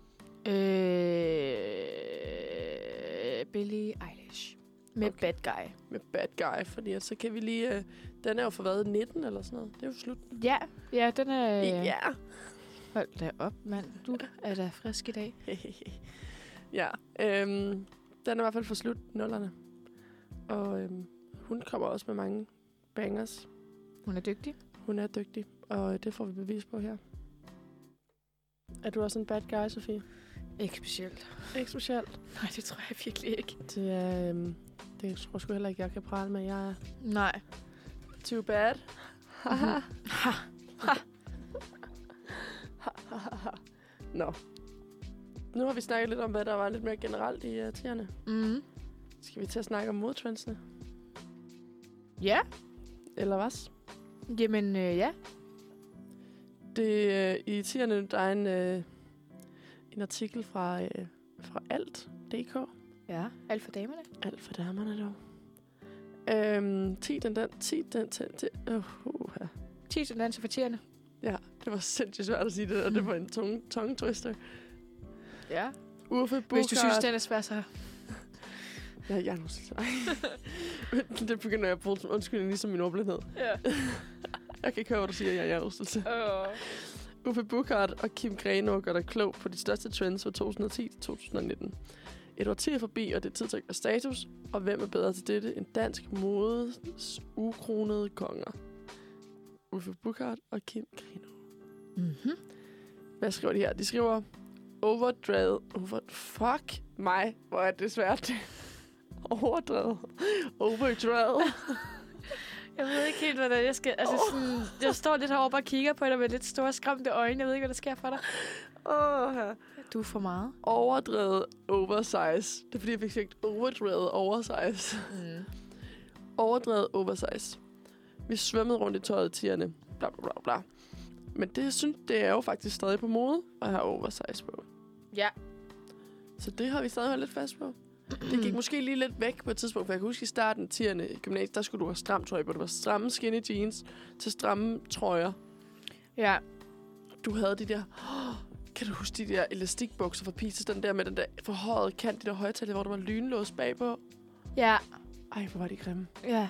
Billie Eilish. Med Okay. Bad Guy. Med Bad Guy, fordi så kan vi lige... den er jo for hvad? 19 eller sådan noget? Det er jo slut. Ja, den er... Ja. Hold da op, mand. Du er da frisk i dag. Ja. Den er i hvert fald for slut, nullerne. Og hun kommer også med mange bangers. Hun er dygtig. Hun er dygtig, og det får vi bevis på her. Er du også en bad guy, Sofie? Ikke specielt. Ikke specielt. Nej, det tror jeg virkelig ikke. Det er... det tror jeg sgu heller ikke, jeg kan prale med. Jeg er Nej. too bad. Ha. Nå. Nu har vi snakket lidt om, hvad der var lidt mere generelt i tierne. Mm. Skal vi til at snakke om modtrendsene? Ja. Eller hvad? Jamen, ja. Det, i tierne, der er en artikel fra alt.dk. Ja. Alt for damerne. Alt for damerne, dog. 10 tendenser for tierne. Ja, det var sindssygt svært at sige det der. Det var en tongue twister. Ja. Uffe Buchard. Hvis du synes, den er svær, så... Ja, jeg er nu så det begynder jeg at bruge som undskyldning, ligesom min ordblindhed. Ja. Jeg kan ikke høre, hvad du siger, jeg er rystelse. Uffe Buchard og Kim Grenaa gør dig klog på de største trends fra 2010 til 2019. Et årti er forbi, og det er tid til at gøre status. Og hvem er bedre til dette end dansk modes ukronede konger? Uffe Buchard og Kim Grenaa. Mhm. Hvad skriver de her? De skriver... Fuck mig, hvor er det svært. Overdrevet. Jeg ved ikke helt, hvordan jeg skal... Altså, sådan, jeg står lidt heroppe og kigger på dig med lidt store skræmte øjne. Jeg ved ikke, hvad der sker for dig. Du er for meget. Overdrevet oversize. Det er fordi, jeg fik sagt overdrevet oversize. Mm. Overdrevet oversize. Vi svømmede rundt i tøjet i tierne. Bla, bla, bla, bla. Men det er jo faktisk stadig på mode at have oversize på. Ja. Så det har vi stadig været lidt fast på. Det gik måske lige lidt væk på et tidspunkt, for jeg kan huske i starten af 10'erne i gymnasiet, der skulle du have stram trøje på. Det var stramme skinny jeans til stramme trøjer. Ja. Du havde de der... kan du huske de der elastikbukser fra Pieces? Den der med den der forhøjede kant, de der højtaler, hvor der var lynlås bagpå. Ja. Ej, hvor var de grimme. Ja.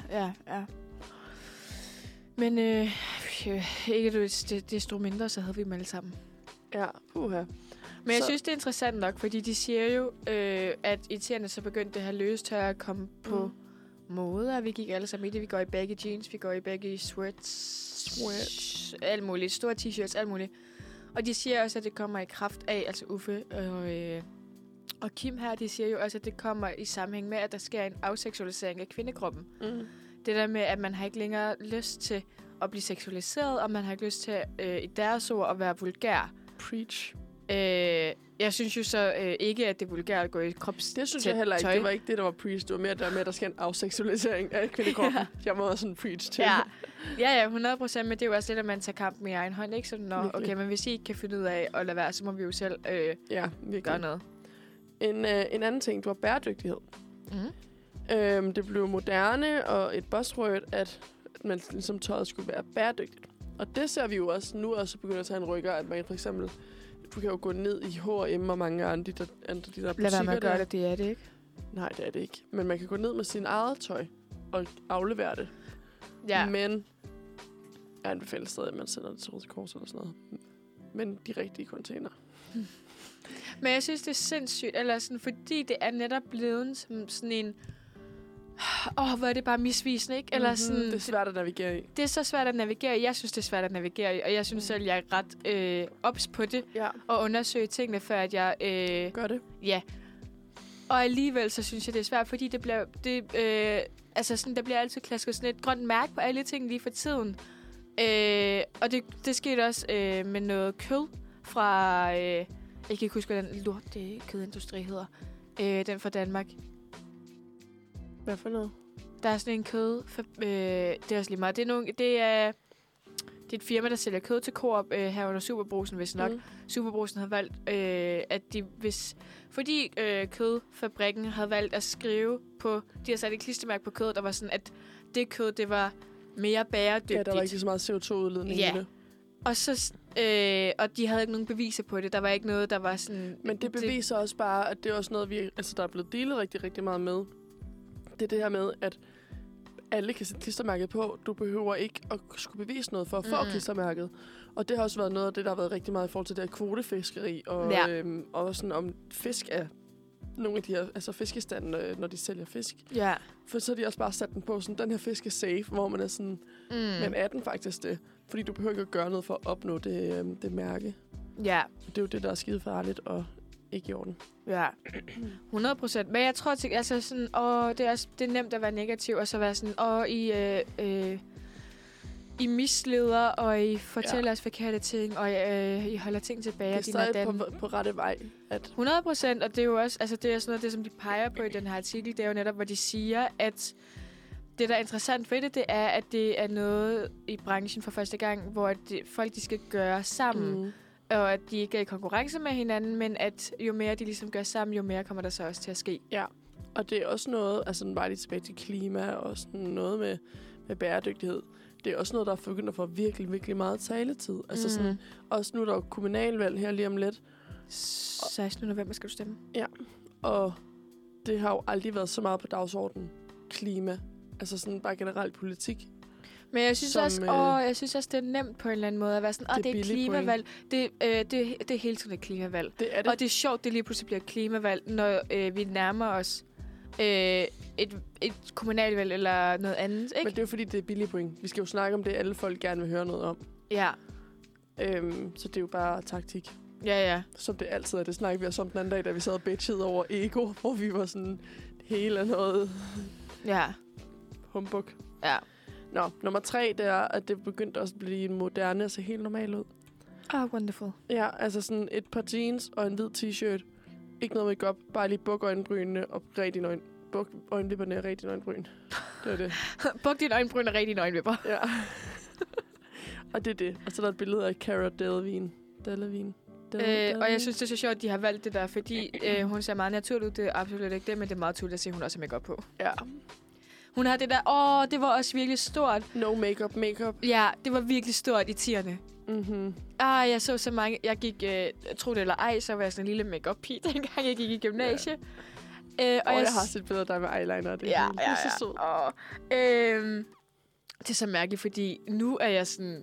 Men ikke desto mindre, så havde vi dem alle sammen. Ja, puha. Men jeg synes, det er interessant nok, fordi de siger jo, at i tierne så begyndte det her løstør at komme på mode, vi gik alle sammen i det. Vi går i baggy jeans, vi går i baggy sweats, alt muligt, store t-shirts, alt muligt. Og de siger også, at det kommer i kraft af, altså Uffe og Kim her, de siger jo også, at det kommer i sammenhæng med, at der sker en afseksualisering af kvindekroppen. Mm. Det der med, at man har ikke længere lyst til at blive seksualiseret, og man har ikke lyst til, i deres ord, at være vulgær. Preach. Jeg synes jo så ikke, at det er vulgært at gå i krops. Det synes jeg heller ikke. Det var ikke det, der var preach. Det var mere der med, at der sker en afseksualisering af kvindekroppen. Jeg må også sådan preach til. Ja, 100%, men det er jo også lidt, at man tager kampen i egen hånd, ikke? Sådan, okay, men hvis I ikke kan finde ud af at lade være, så må vi jo selv gøre noget. En anden ting, du har bæredygtighed. Det blev moderne og et buzzword, at man ligesom tøjet skulle være bæredygtigt. Og det ser vi jo også nu også begynder at tage en rykker, at man for eksempel, du kan jo gå ned i H&M og mange andre de der butikker. Lad være med at gøre det er det ikke. Nej, det er det ikke. Men man kan gå ned med sin eget tøj og aflevere det. Ja. Men jeg anbefaler stadig, at man sender det til Røde Kors eller sådan noget. Men de rigtige container. Men jeg synes, det er sindssygt, eller sådan, fordi det er netop blevet som sådan en... hvor er det bare misvisende, ikke? Eller sådan, det er svært at navigere i. Det er så svært at navigere i. Jeg synes, det er svært at navigere i, og jeg synes selv, jeg er ret ops på det. Ja. Og undersøge tingene, før at jeg... gør det. Ja. Og alligevel, så synes jeg, det er svært, fordi det bliver... der bliver altid klasket sådan et grønt mærke på alle ting lige for tiden. Og det skete også med noget kød fra... jeg kan ikke huske, hvad den lorte kødindustri hedder. Den fra Danmark. Hvad for noget? Der er sådan en kød... det er også lige meget. Det er et firma, der sælger kød til Coop her under Superbrugsen, hvis nok. Superbrugsen har valgt, at fordi kødfabrikken havde valgt at skrive på... De har sat et klistermærke på kødet, der var sådan, at det kød, det var mere bæredygtigt. Ja, der var ikke så meget CO2-udledning i det. Og så... og de havde ikke nogen beviser på det. Der var ikke noget, der var sådan... Men det beviser også bare, at det er også noget, der er blevet delet rigtig, rigtig meget med. Det er det her med, at alle kan sætte klistermærket på. Du behøver ikke at skulle bevise noget for at få klistermærket. Og det har også været noget af det, der har været rigtig meget i forhold til det her kvotefiskeri. Og sådan om fisk er nogle af de her, altså fiskestanden, når de sælger fisk. Ja. For så har de også bare sat den på sådan, den her fisk er safe, hvor man er sådan, men er den faktisk det? Fordi du behøver ikke at gøre noget for at opnå det mærke. Ja. Det er jo det, der er skide farligt og ikke i orden. Ja, 100%. Men jeg tror, altså sådan, det er nemt at være negativ, og så være sådan, I misleder, og I fortæller os forkerte ting, og I holder ting tilbage. Det er stadig på rette vej. 100%, og det er jo også, altså det er sådan noget, det som de peger på i den her artikel, det er jo netop, hvor de siger, at det, der er interessant ved det er, at det er noget i branchen for første gang, hvor folk de skal gøre sammen. Og at de ikke er i konkurrence med hinanden, men at jo mere de ligesom gør sammen, jo mere kommer der så også til at ske. Ja, og det er også noget, altså bare lige tilbage til klima og sådan noget med bæredygtighed. Det er også noget, der er begyndt at få virkelig, virkelig meget taletid. Altså sådan, også nu er der jo kommunalvalg her lige om lidt. 16. november skal du stemme. Ja, og det har jo aldrig været så meget på dagsordenen. Klima. Altså sådan bare generelt politik. Men jeg synes også, det er nemt på en eller anden måde at være sådan, det er et klimavalg. Det er hele tiden et klimavalg. Det er det. Og det er sjovt, det lige pludselig bliver et klimavalg, når vi nærmer os et kommunalvalg eller noget andet, ikke? Men det er jo fordi, det er billige point. Vi skal jo snakke om det, alle folk gerne vil høre noget om. Ja. Så det er jo bare taktik. Ja. Som det altid er. Det snakkede vi også om den anden dag, da vi sad og bitchede over ego, hvor vi var sådan hele noget humbug. Ja. Nå, nummer 3, det er, at det begyndte også at blive moderne og se helt normalt ud. Wonderful. Ja, altså sådan et par jeans og en hvid t-shirt. Ikke noget makeup, bare lige buk øjenbrynene og rigtig buk øjenvipperne og rigtig øjenbryn. Det er det. Buk dine øjenbryn og rigtig øjenvipper. Ja. Og det er det. Og så er der et billede af Cara Delevingne. Og jeg synes, det er så sjovt, at de har valgt det der, fordi hun ser meget naturligt ud. Det er absolut ikke det, men det er meget tydeligt at se, at hun også har makeup på. Ja. Hun har det der, det var også virkelig stort. No makeup. Ja, det var virkelig stort i 10'erne. Jeg så mange, jeg gik, tro det eller ej, så var jeg sådan en lille make-up-pige, dengang jeg gik i gymnasie. Ja. Og jeg har set billeder af dig med eyeliner, det er så sød. Det er så mærkeligt, fordi nu er jeg sådan...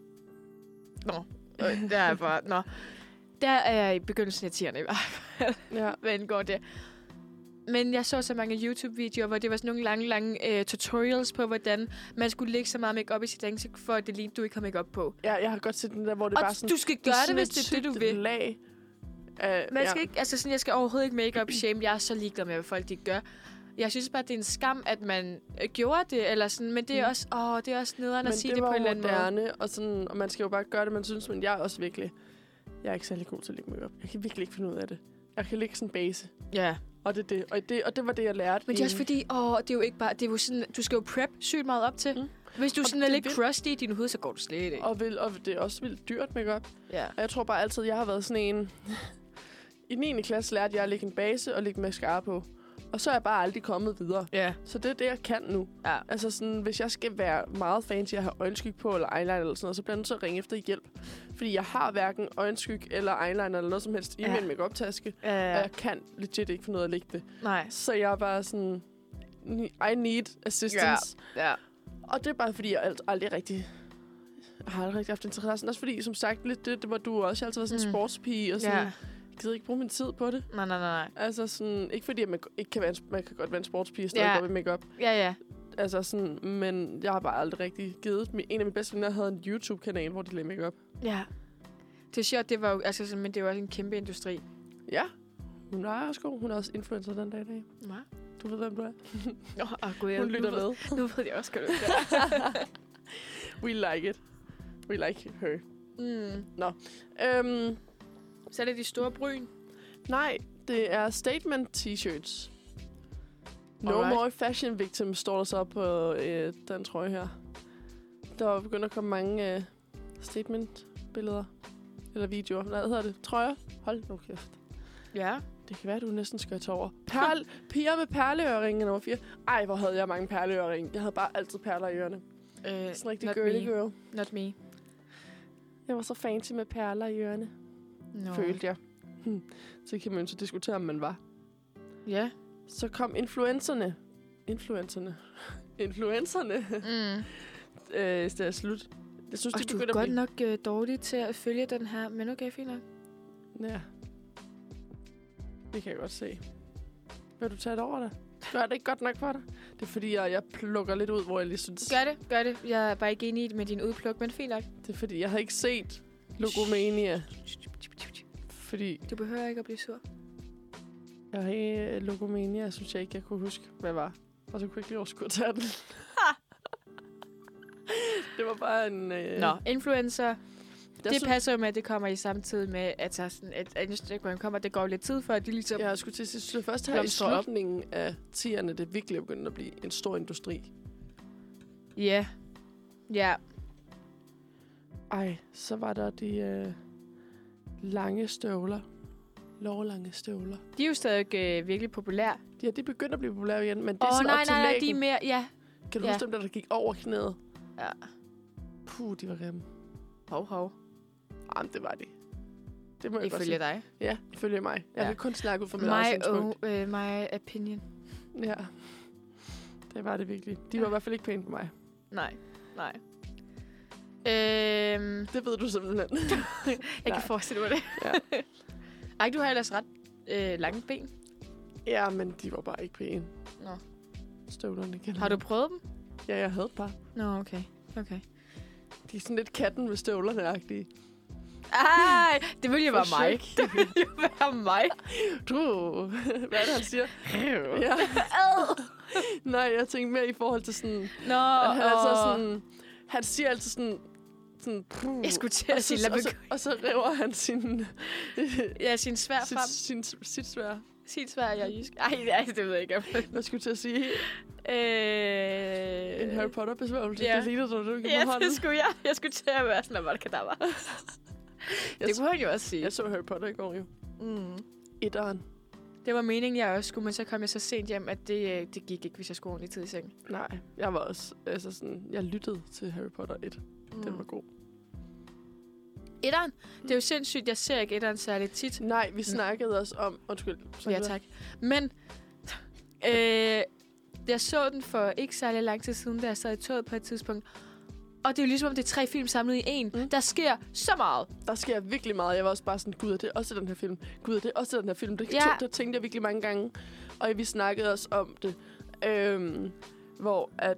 Der er bare... Der er jeg i begyndelsen af 10'erne i hvert fald. Ja. Hvad angår det. Men jeg så mange YouTube-videoer, hvor det var sådan nogle lange tutorials på, hvordan man skulle lægge så meget make-up i sit ansigt, for at det lignede, du ikke har make-up på. Ja, jeg har godt set den der, hvor det bare sådan... du skal gøre det, hvis det er det, du vil. Lag. Man skal ikke, altså sådan, jeg skal overhovedet ikke make-up shame. Jeg er så ligeglad med, hvad folk de gør. Jeg synes bare, det er en skam, at man gjorde det, eller sådan, men det er også, det er også nederen at sige det på en eller anden måde. Men det var moderne, og, sådan, og man skal jo bare gøre det, man synes, men jeg er også virkelig... Jeg er ikke særlig god til at lægge makeup. Jeg kan virkelig ikke finde ud af det. Jeg kan lægge sådan en base. Ja. Og det var det, jeg lærte. Men det er også fordi, det er jo ikke bare... Det er jo sådan, du skal jo prep sygt meget op til. Hvis du sådan er lidt crusty i din hud, så går du slet ikke. Og det er også vildt dyrt makeup. Ja. Og jeg tror bare altid, jeg har været sådan en... I 9. klasse lærte jeg at lægge en base og lægge mascara på. Og så er jeg bare aldrig kommet videre. Ja. Så det er det, jeg kan nu. Ja. Altså sådan, hvis jeg skal være meget fancy at have øjenskyg på, eller eyeliner eller sådan noget, så bliver jeg nødt til at ringe efter hjælp. Fordi jeg har hverken øjenskyg eller eyeliner eller noget som helst i min make-up-taske. Og jeg kan legit ikke finde ud af at lægge det. Nej. Så jeg er bare sådan... I need assistance. Ja. Og det er bare, fordi jeg aldrig rigtig... Jeg har aldrig rigtig haft interesse. Også fordi, som sagt, lidt det var du også. Jeg har altid været sådan en sportspige, og sådan... Jeg gider ikke bruge min tid på det. Nej. Altså sådan... Ikke fordi, at man ikke kan være man kan godt være en sportspige og stadig gå i make-up. Ja. Altså sådan... Men jeg har bare aldrig rigtig givet... En af mine bedste venner havde en YouTube-kanal, hvor de lavede make-up. Ja. Det er sjovt, det var jo... Altså sådan, men det er jo også en kæmpe industri. Ja. Hun er også god. Hun er også influencer den dag i dag. Nej. Du ved, hvem du er. God, hun lytter med. Nu ved jeg også godt, We like it. We like her. Nå. Så er det de store bryn. Nej, det er statement t-shirts. No more fashion victims står der så på den trøje her. Der var begyndt at komme mange statement-billeder. Eller videoer. Hvad hedder det? Trøjer? Hold nu kæft. Ja. Det kan være, du næsten skal tage over. Piger med perleøringe nummer 4. Ej, hvor havde jeg mange perleøringe. Jeg havde bare altid perler i ørerne. Sådan rigtig girly girl. Not me. Jeg var så fancy med perler i ørerne. No. Følte jeg. Så kan man jo så diskutere, om man var. Ja. Så kom influencerne. Det er slut. Jeg synes, du er godt nok dårlig til at følge den her, men okay, fint nok. Ja. Det kan jeg godt se. Vil du tage det over det? Gør det ikke godt nok for dig? Det er fordi, jeg plukker lidt ud, hvor jeg lige synes... Gør det. Jeg er bare ikke enig med din udpluk, men fint nok. Det er fordi, jeg havde ikke set Logomania. Fordi... Du behøver ikke at blive sur. Jeg havde Logomania, synes jeg ikke, jeg kunne huske, hvad var. Og så kunne jeg ikke lige overskue at tage den. Det var bare en... Nå, influencer... Det passer jo med, at det kommer i samtidig med, at Instagram kommer. Det går lidt tid før, at de ligesom... Jeg skulle til at sige, det først her i slutningen af 10'erne, det er virkelig begyndt at blive en stor industri. Ja. Ja. Ej, så var der de lange støvler. Lårlange støvler. De er jo stadig virkelig populære. Ja, de er begyndt at blive populære igen, men det er sådan nej, op til nej, de er mere... Ja. Kan du huske dem, der gik over knæet? Ja. Puh, de var grimme. Hov. Jamen, det var det. Det må jeg ifølge dig? Ja, ifølge mig. Jeg vil kun snakke ud fra mit eget synspunkt. My opinion. Ja. Det var det virkelig. De var i hvert fald ikke pæne på mig. Nej. Det ved du simpelthen. Jeg kan forestille mig det. Ja. Ej, du har ellers ret lange ben. Ja, men de var bare ikke pæne. Nå. Støvlerne igen. Har du prøvet dem? Ja, jeg havde et par. Nå, okay. De er sådan lidt katten med støvlerne-agtige. Ej, det ville jo være mig. Det ville jo være mig. Hvad er det, han siger? Ja. Nej, jeg tænkte mere i forhold til sådan... Han siger altid sådan... Jeg skulle til at sige... Og så river han sin... sin svær frem. Sit svær. Sit svær, jeg er jysk. Ej, det ved jeg ikke. Hvad skulle du til at sige? En Harry Potter-besværgelse. Ja. Det ligner du ikke på hånden. Ja, det skulle jeg. Jeg skulle til at være sådan, hvad det var. Det kunne han jo også sige. Jeg så Harry Potter i går jo. Etteren. Det var meningen, jeg også skulle, men så kom jeg så sent hjem, at det gik ikke, hvis jeg skulle ordentligt tid i seng. Nej, jeg var også... Altså sådan, jeg lyttede til Harry Potter 1. Den var god. Etteren? Det er jo sindssygt, jeg ser ikke etteren særligt tit. Nej, vi snakkede også om... Undskyld. Ja, tak. Men jeg så den for ikke særlig lang tid siden, da jeg sad i toget på et tidspunkt. Og det er jo ligesom, om det er 3 film samlet i en. Der sker så meget. Der sker virkelig meget. Jeg var også bare sådan, gud, er det også den her film? Gud, er det også den her film? Det tænkte jeg virkelig mange gange. Og vi snakkede også om det. Hvor at...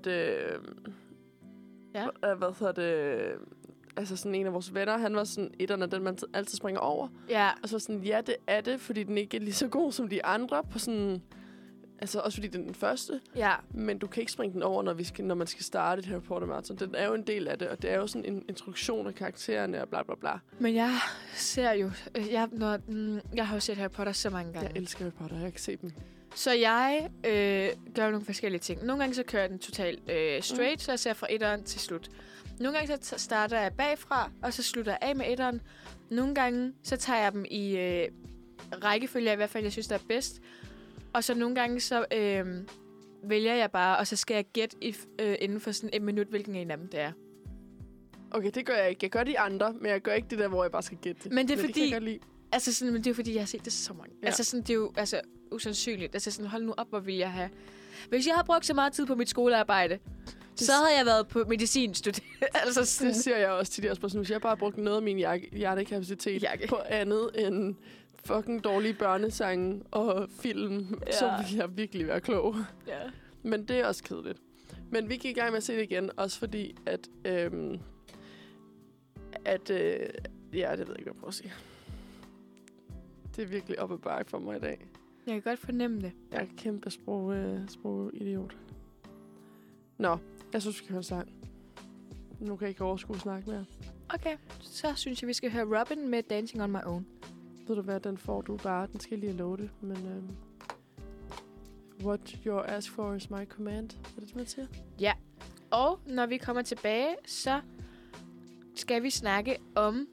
Hvad hedder det... Altså sådan en af vores venner, han var sådan etterne, den man altid springer over. Ja. Og så sådan, ja, det er det, fordi den ikke er lige så god som de andre på sådan Altså også fordi det er den første, Ja. men du kan ikke springe den over, når man skal starte et Harry Potter marathon. Den er jo en del af det, og det er jo sådan en introduktion af karaktererne og bla bla bla. Men jeg ser jo... Jeg har jo set Harry Potter så mange gange. Jeg elsker Harry Potter, jeg kan se dem. Så jeg gør nogle forskellige ting. Nogle gange så kører jeg den totalt straight, så jeg ser fra etteren til slut. Nogle gange så starter jeg bagfra, og så slutter jeg af med etteren. Nogle gange så tager jeg dem i rækkefølge, i hvert fald jeg synes, der er bedst. Og så nogle gange så vælger jeg bare, og så skal jeg gætte inden for sådan 1 minut, hvilken en af dem det er. Okay, det gør jeg ikke. Jeg gør de andre, men jeg gør ikke det der, hvor jeg bare skal gætte det. Men det er det fordi... kan jeg godt lide. Altså sådan, men det er jo fordi, jeg har set det så mange. Ja. Altså sådan, det er jo usandsynligt. Altså sådan, hold nu op, hvor vil jeg have... Hvis jeg havde brugt så meget tid på mit skolearbejde, så havde jeg været på medicinstudiet. Altså sådan... Det siger jeg også til de her spørgsmål. Hvis jeg bare brugte noget af min hjertekapacitet på andet end fucking dårlige børnesange og film, så ville jeg virkelig være klog. Ja. Men det er også kedeligt. Men vi gik i gang med at se det igen, også fordi, at ja, det ved jeg ikke, hvad jeg prøver at sige. Det er virkelig op ad bakke for mig i dag. Jeg kan godt fornemme det. Jeg er kæmpe sprogidiot. Nå, jeg synes, vi kan høre sang. Nu kan jeg ikke overskue snakke mere. Okay, så synes jeg, vi skal høre Robin med Dancing on My Own. Ved du hvad, den får du bare. Den skal lige love det, men... what you ask for is my command. Er det, man siger? Ja, og når vi kommer tilbage, så skal vi snakke om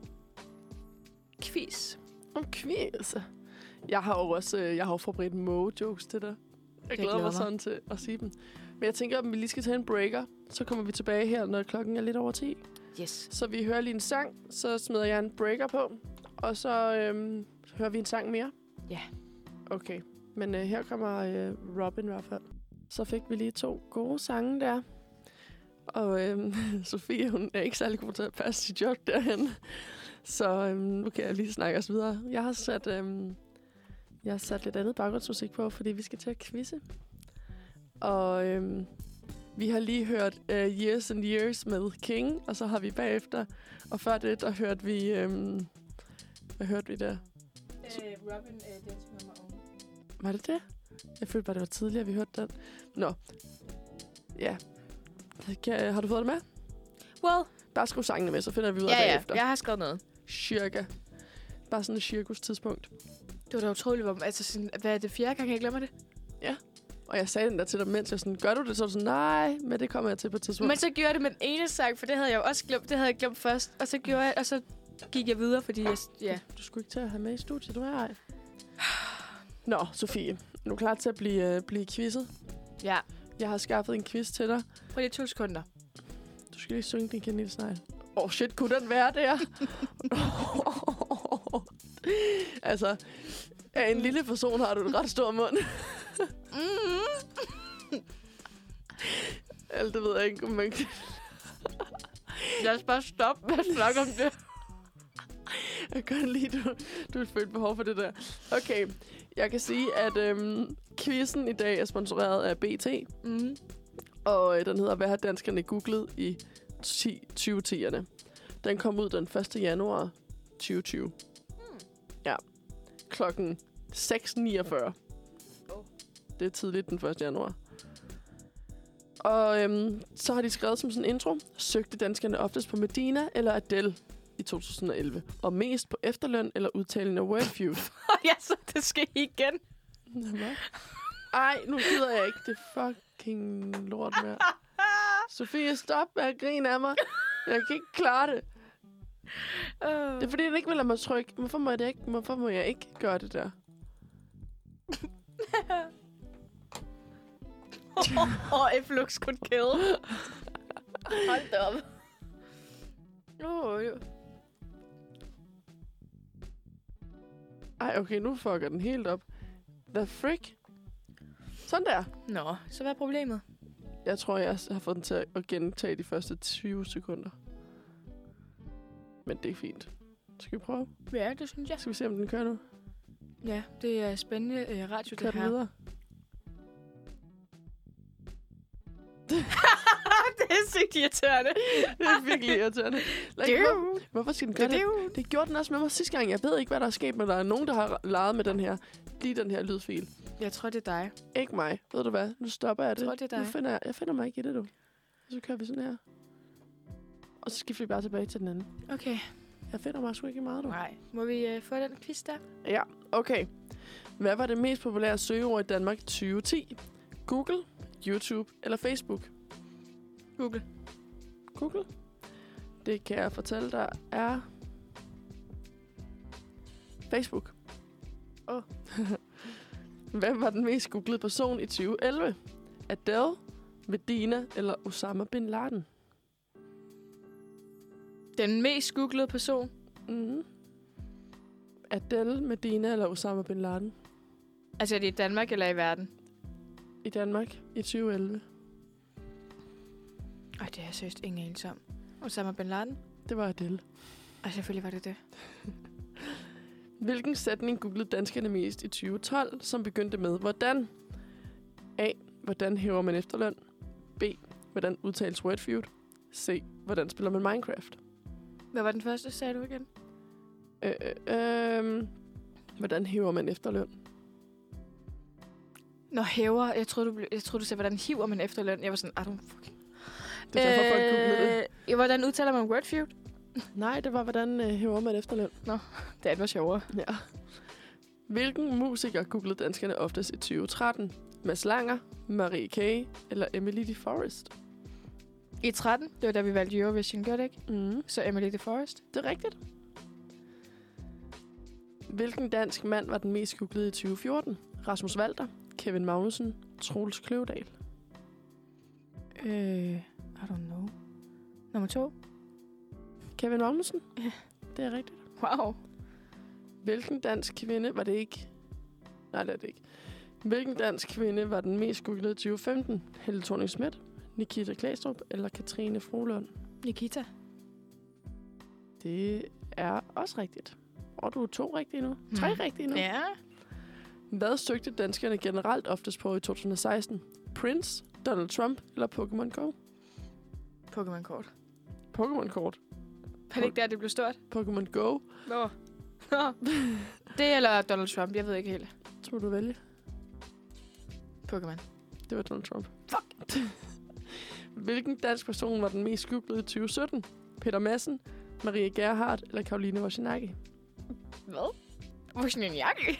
quiz. Om quiz. Jeg har jo også forberedt Moe-jokes til dig. Jeg glæder mig sådan til at sige dem. Men jeg tænker, at vi lige skal tage en breaker. Så kommer vi tilbage her, når klokken er lidt over 10. Yes. Så vi hører lige en sang, så smider jeg en breaker på. Og så hører vi en sang mere. Ja. Okay, men her kommer Robin i hvert fald. Så fik vi lige 2 gode sange der. Og Sofie, hun er ikke særlig god til at passe sit job derhen. Så nu kan jeg lige snakke os videre. Jeg har sat lidt andet baggrundsmusik på, fordi vi skal til at quizze. Og vi har lige hørt Years and Years med King, og så har vi bagefter. Og før det, der hørte vi... hvad hørte vi der? Robin Dancing on My Own. Var det det? Jeg følte bare, det var tidligere, vi hørte den. Nå. Ja. Har du fået det med? Well. Bare skriv sangene med, så finder vi ud af bagefter. Ja, jeg har skrevet noget. Cirka. Bare sådan et cirkus-tidspunkt. Det var da utroligt, altså sådan, hvad er det 4. gang, jeg glemmer det? Ja. Og jeg sagde den der til dig, mens jeg sådan, gør du det? Så var du sådan, nej, men det kommer jeg til på et tidspunkt. Men så gjorde jeg det med den ene sang, for det havde jeg jo også glemt. Det havde jeg glemt først. Og så gjorde jeg, og så gik jeg videre, fordi jeg... Du skulle ikke til at have med i studiet, du er ej. Nå, Sofie. Er du klar til at blive quizzet? Ja. Jeg har skaffet en quiz til dig. Prøv lige 2 sekunder. Du skal lige synge din kanelsnegl. Shit, kunne den være der? Altså, af en lille person har du en ret stor mund. Alt det ved jeg ikke, om man kan... Lad os bare stoppe med at snakke om det. Jeg kan lide, du har følt behov for det der. Okay, jeg kan sige, at quizzen i dag er sponsoreret af BT. Mm. Og den hedder, hvad har danskerne googlet i 2010'erne? Den kom ud den 1. januar 2020. Ja. Klokken 6:49. Det er tidligt den 1. januar. Og så har de skrevet som sådan en intro. Søgte danskerne oftest på Medina eller Adele i 2011. Og mest på efterløn eller udtalen af Wordfeud. Ja, så det skal igen. Ej, nu gider jeg ikke det fucking lort mere. Sofie, stop med at grine af mig. Jeg kan ikke klare det. Det er fordi, jeg ikke vil lade mig trykke. Hvorfor må jeg ikke gøre det der? If looks could kill. Hold da op. Ej, okay, nu fucker den helt op. The frick? Sådan der. Nå, så hvad er problemet? Jeg tror, jeg har fået den til at gentage de første 20 sekunder. Men det er fint. Skal vi prøve? Ja, det synes jeg. Skal vi se, om den kører nu? Ja, det er spændende radio, Kør det her. den videre. Det er sygt irriterende. Det er virkelig irriterende. Hvorfor skal den gøre det? Det gjorde den også med mig sidste gang. Jeg ved ikke, hvad der er sket, men der er nogen, der har leget med den her. Lige den her lydfil. Jeg tror, det er dig. Ikke mig. Ved du hvad? Nu stopper jeg det. Jeg tror, det er dig. Jeg finder mig ikke i det, du. Så kører vi sådan her. Og så skifter vi bare tilbage til den anden. Okay. Jeg finder mig sgu ikke meget, du. Nej. Må vi få den quiz der? Ja, okay. Hvad var det mest populære søgeord i Danmark i 2010? Google, YouTube eller Facebook? Google. Google? Det kan jeg fortælle dig er... Facebook. Åh. Hvem var den mest googlede person i 2011? Adele, Medina eller Osama Bin Laden? Den mest googlede person? Mm-hmm. Adele, Medina eller Osama Bin Laden? Altså, er det i Danmark eller i verden? I Danmark i 2011. Det er jeg seriøst ingen anelse om. Osama Bin Laden? Det var Adele. Selvfølgelig var det det. Hvilken sætning googlede danskerne mest i 2012, som begyndte med hvordan? A. Hvordan hæver man efterløn? B. Hvordan udtales Wordfeud? C. Hvordan spiller man Minecraft? Hvad var den første, sagde du igen? Hvordan hæver man efterløn? Nå, hæver. Jeg troede, du sagde, hvordan hiver man efterløn. Jeg var sådan, fucking... Det er derfor, folk googlede det. Hvordan udtaler man Wordfeud? Nej, det var, hvordan hæver man efterløn. Nå, det var sjovere. Ja. Hvilken musiker googlede danskerne oftest i 2013? Mads Langer, Marie K. eller Emily de Forest? I 13, det var da vi valgte Eurovision, gjorde det ikke? Mm. Så Emily de Forest. Det er rigtigt. Hvilken dansk mand var den mest googlede i 2014? Rasmus Walter, Kevin Magnussen, Troels Kløvedal? I don't know. Nummer 2? Kevin Magnussen? Ja. Det er rigtigt. Wow. Hvilken dansk kvinde var det ikke? Nej, det er det ikke. Hvilken dansk kvinde var den mest googlede i 2015? Helle Thorning-Schmidt, Nikita Klæstrup eller Katrine Frohlund? Nikita. Det er også rigtigt. Og du er 2 rigtige nu. 3 rigtige nu. Ja. Hvad søgte danskerne generelt oftest på i 2016? Prince, Donald Trump eller Pokémon Go? Pokémon-kort. Pokémon-kort. Var det ikke der, det blev stort? Pokémon Go. Nå. Det eller Donald Trump, jeg ved ikke helt. Tror du vælge? Pokémon. Det var Donald Trump. Fuck! Hvilken dansk person var den mest googlede i 2017? Peter Madsen, Marie Gerhardt eller Karoline Wozniacki? Hvad? Wozniacki?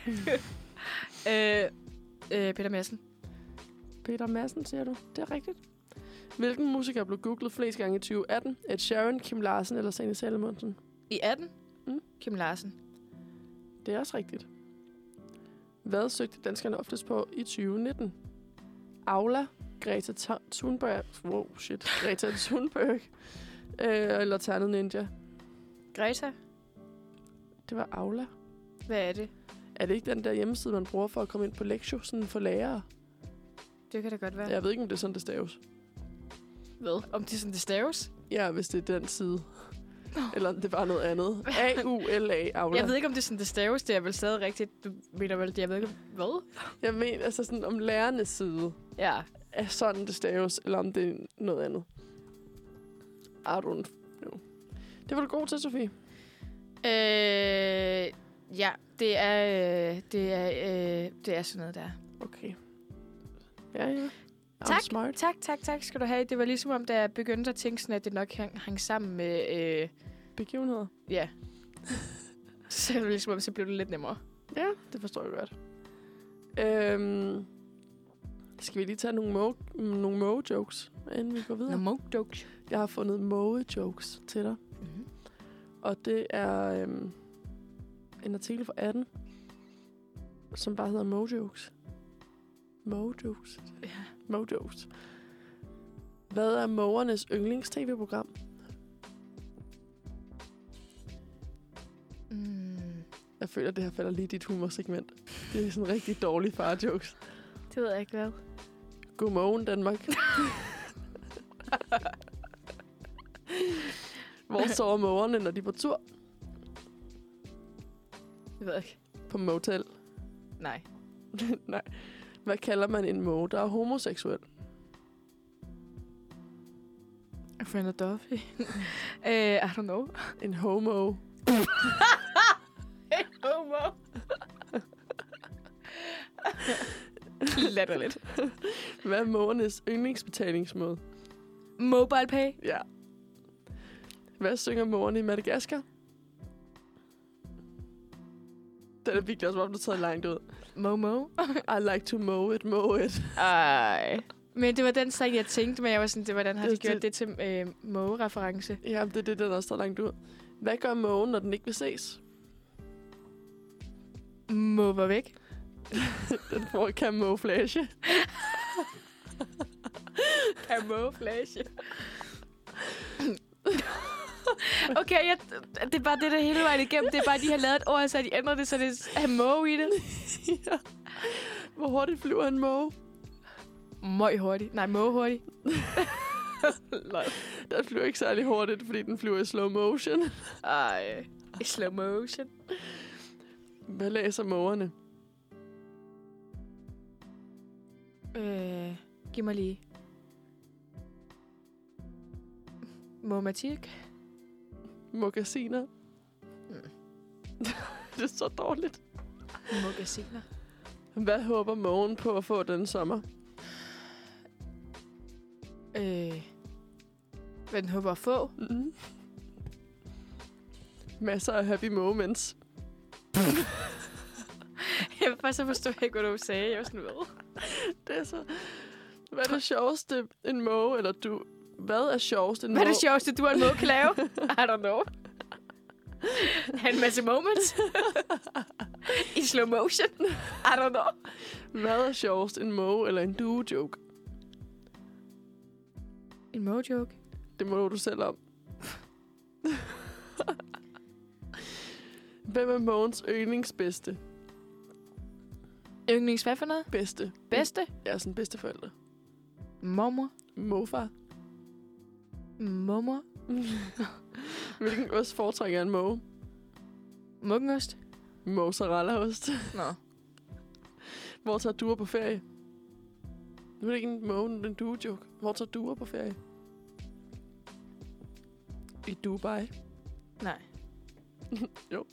Peter Madsen. Peter Madsen, siger du? Det er rigtigt. Hvilken musiker blev googlet flest gange i 2018? Ed Sheeran, Kim Larsen eller Sanne Salomonsen? I 18? Kim Larsen. Det er også rigtigt. Hvad søgte danskerne oftest på i 2019? Aula, Greta Thunberg, Greta Thunberg eller Ternet Ninja? Greta? Det var Aula. Hvad er det? Er det ikke den der hjemmeside, man bruger for at komme ind på lektion, sådan for lærere? Det kan da godt være. Jeg ved ikke, om det er sådan, det staves. Hvad? Om det er sådan, det staves? Ja, hvis det er den side. Eller det er bare noget andet. A-U-L-A, Aula. Jeg ved ikke, om det er sådan, det staves. Det er vel stadig rigtigt. Du mener vel, jeg ved ikke, hvad? Jeg mener altså sådan, om lærernes side Ja. er sådan, det staves, eller om det er noget andet. I don't know. Det var du god til, Sofie. Ja, det er sådan noget der. Okay. Ja. Tak. Smart. Tak skal du have. Det var ligesom om, da jeg begyndte at tænke sådan, at det nok hang sammen med... Begivenheder. Ja. Så det var ligesom om, så blev det lidt nemmere. Ja, det forstår jeg godt. Skal vi lige tage nogle Moe-jokes, inden vi går videre? Nogle Moe-jokes? Jeg har fundet Moe-jokes til dig. Mm-hmm. Og det er en artikel fra 18, som bare hedder Moe-jokes. Moe-jokes. Ja. Moe-jokes. Hvad er mågernes yndlings-tv-program? Jeg føler, at det her falder lige i dit humorsegment. Det er sådan rigtig dårlig far-jokes. Det ved jeg ikke, hvad. Godmorgen, Danmark. Hvor sover mågerne, når de er på tur? Det ved jeg ikke. På motel. Nej. Nej. Hvad kalder man en måge, der er homoseksuel? Jeg finder Duffy. I don't know. En homo. En homo. latterligt. Hvad er mågernes yndlingsbetalingsmåde? Mobile pay. Ja. Hvad synger mågerne i Madagaskar? Den er virkelig også, hvor du taget langt ud. Momo. I like to mow it. Ej. Men det var den sang, jeg tænkte, men jeg var sådan, hvordan har de gjort det til Moe-reference? Ja, det er det, den også taget langt ud. Hvad gør mågen, når den ikke vil ses? Mover væk. Den får camouflage. Camouflage. Okay, det er bare det, der hele vejen igennem. Det er bare, de har lavet et ord, så de ændrer det, så det er måge i det. Ja. Hvor hurtigt flyver en måge? Møg hurtigt. Nej, måge hurtigt. Den flyver ikke særlig hurtigt, fordi den flyver i slow motion. Ej, i slow motion. Hvad læser mågerne? Giv mig lige. Momatik. Mogasiner. Det er så dårligt. Mogasiner. Hvad håber mågen på at få den sommer? Hvad den håber at få? Mm-hmm. Masser af happy moments. Jeg var så forstå ikke, hvad du sagde. Jeg var sådan, hvad? Det er så... Hvad er det sjoveste, en måge, eller du... Hvad er sjovest, en måge? Hvad er det sjoveste, du og en måge kan lave? I don't know. En masse moments. I slow motion. I don't know. Hvad er sjovest, en måge eller en duo-joke? En måge-joke? Det må du selv om. Hvem er mågens yndlingsbedste? Yndlings hvad for noget? Bedste. Bedste? Ja, sådan bedsteforældre. Mormor. Morfar. Mormor. Hvilken ost foretrækker en måge? Muggenost. Mozzarella-ost. Nå. Hvor tager duer på ferie? Nu er det ikke en måge, det er en duo-joke. Hvor tager duer på ferie? I Dubai. Nej. Jo.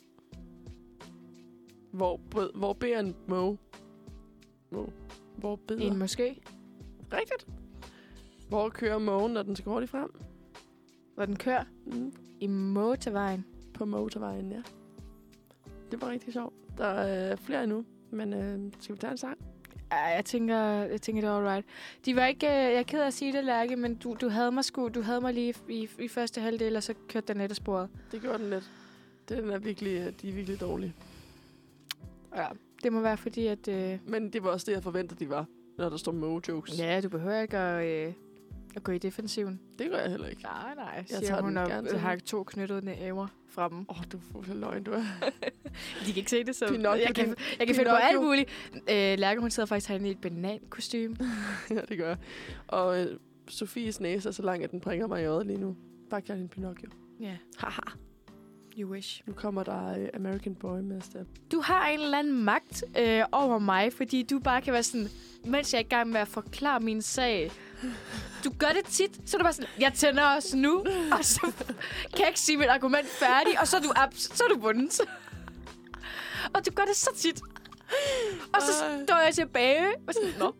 Hvor beder en måge? Hvor beder? En måske. Rigtigt. Hvor kører mågen, når den skal hurtigt frem? Hvor den kører. I motorvejen. På motorvejen, ja. Det var rigtig sjovt. Der er flere endnu, men skal vi tage en sang? Ja, jeg tænker, det er alright. De var ikke, jeg er ked af at sige det, Lærke, men du havde mig lige i første halvdel, og så kørte den lidt af sporet. Det gjorde den lidt. Den er virkelig, de er virkelig dårlige. Ja, det må være fordi, at... Men det var også det, jeg forventede, de var, når der står mo-jokes. Ja, du behøver ikke at gå i defensiven. Det gør jeg heller ikke. Nej, Jeg siger hun, og har 2 knyttede næver fra dem. Du er fuld af løgn, du er. De kan ikke se det, så Pinocchio, jeg kan finde på alt muligt. Lærke, hun sidder faktisk herinde i et banankostyme. Ja, det gør jeg. Og Sofies næse er så lang, at den bringer mig i øjet lige nu. Bare kald hende Pinocchio. Ja. Haha. You wish. Nu kommer der American Boy med step. Du har en eller anden magt over mig, fordi du bare kan være sådan, mens jeg er i gang med at forklare min sag. Du gør det tit, så er du bare sådan, jeg tænder også nu, og så kan jeg ikke sige mit argument færdigt, og så er du vundet. Og du gør det så tit. Og så står jeg tilbage, og sådan, nå.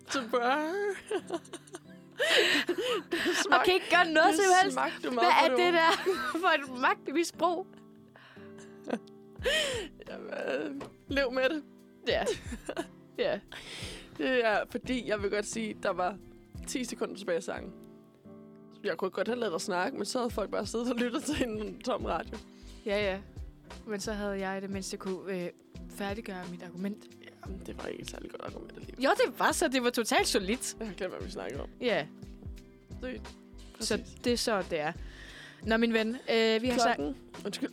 Og kan ikke gøre noget som helst. Hvad er det der for et magtmisbrug? Jamen, lev med det. Ja. Ja. Det er fordi, jeg vil godt sige, der var 10 sekunder tilbage i sangen. Jeg kunne godt have lavet dig snakke, men så havde folk bare siddet og lyttet til en tom radio. Ja. Men så havde jeg det, mens jeg kunne færdiggøre mit argument. Jamen, det var ikke et særligt godt argument alligevel. Jo, det var så. Det var totalt solidt. Jeg har glemt, hvad vi snakker om. Ja. Så det er så, det er. Nå, min ven, vi har sagt... Undskyld.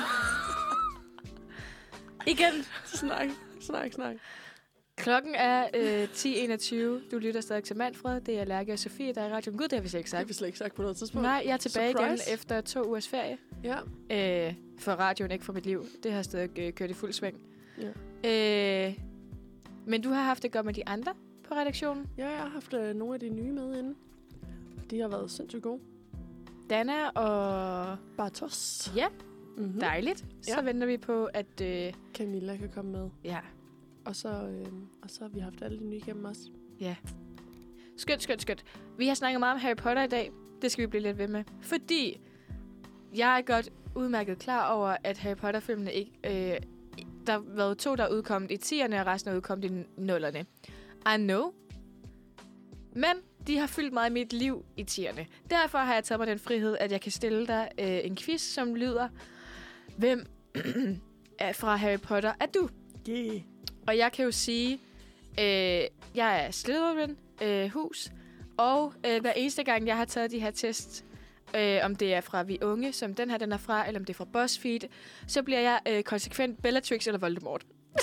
Igen. Snak. Klokken er 10:21. Du lytter stadig til Manfred. Det er Lærke og Sofie, der er i radioen. Gud, det har vi slet ikke sagt. Det har vi slet ikke sagt på noget tidspunkt. Nej, jeg er tilbage Surprise. igen efter 2 ugers ferie. Ja. For radioen, ikke for mit liv. Det har stadig kørt i fuld sving. Ja. Men du har haft det godt med de andre på redaktionen? Ja, jeg har haft nogle af de nye med inde. De har været sindssygt gode. Dana og... Bartos. Ja, Mm-hmm. dejligt. Så venter vi på, at... Camilla kan komme med. Ja. Og så har vi haft alle de nye igennem os. Ja. Skønt. Vi har snakket meget om Harry Potter i dag. Det skal vi blive lidt ved med. Fordi jeg er godt udmærket klar over, at Harry Potter-filmene ikke... der har været 2, der er udkommet i 10'erne, og resten er udkommet i 0'erne. I know. Men de har fyldt meget i mit liv i 10'erne. Derfor har jeg taget mig den frihed, at jeg kan stille dig en quiz, som lyder... Hvem fra Harry Potter er du? Yeah. Og jeg kan jo sige... jeg er Slytherin hus, og hver eneste gang, jeg har taget de her tests, om det er fra Vi Unge, som den her den er fra, eller om det er fra BuzzFeed, så bliver jeg konsekvent Bellatrix eller Voldemort.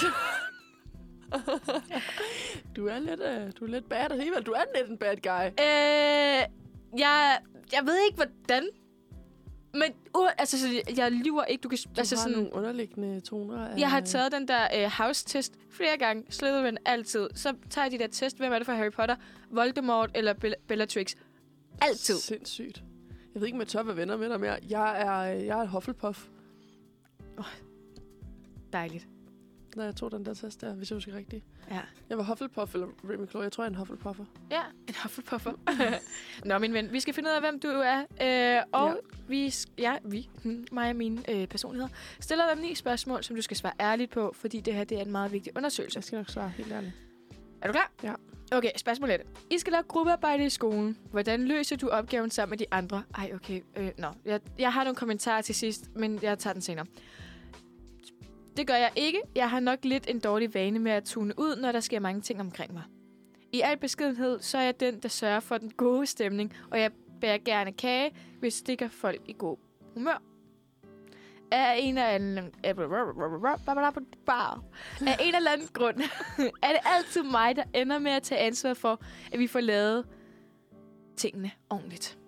Du er lidt bad alligevel. Du er lidt en bad guy. Jeg ved ikke, hvordan. Men jeg lyver ikke. Du kan, du har nogle underliggende toner. Jeg har taget den der house-test flere gange. Slytherin altid. Så tager jeg de der test. Hvem er det for Harry Potter? Voldemort eller Bellatrix? Altid. Sindssygt. Jeg ved ikke, om jeg tør være venner med dig mere. Jeg er et Hufflepuff. Dejligt. Når jeg tog den der test der, hvis jeg husker rigtigt. Ja. Jeg var Hufflepuff eller Ravenclaw. Jeg tror, jeg er en Hufflepuffer. Ja, en Hufflepuffer. Nå, min ven, vi skal finde ud af, hvem du er. Og mig og mine personligheder, stiller dem 9 spørgsmål, som du skal svare ærligt på, fordi det her det er en meget vigtig undersøgelse. Jeg skal nok svare helt ærligt. Er du klar? Ja. Okay, spørgsmål 1. I skal lave gruppearbejde i skolen. Hvordan løser du opgaven sammen med de andre? Ej, okay. Jeg har nogle kommentarer til sidst, men jeg tager den senere. Det gør jeg ikke. Jeg har nok lidt en dårlig vane med at tune ud, når der sker mange ting omkring mig. I al beskedenhed, så er jeg den, der sørger for den gode stemning, og jeg bærer gerne kage, hvis det stikker folk i god humør. Af en eller anden grund er det altid mig, der ender med at tage ansvar for, at vi får lavet tingene ordentligt.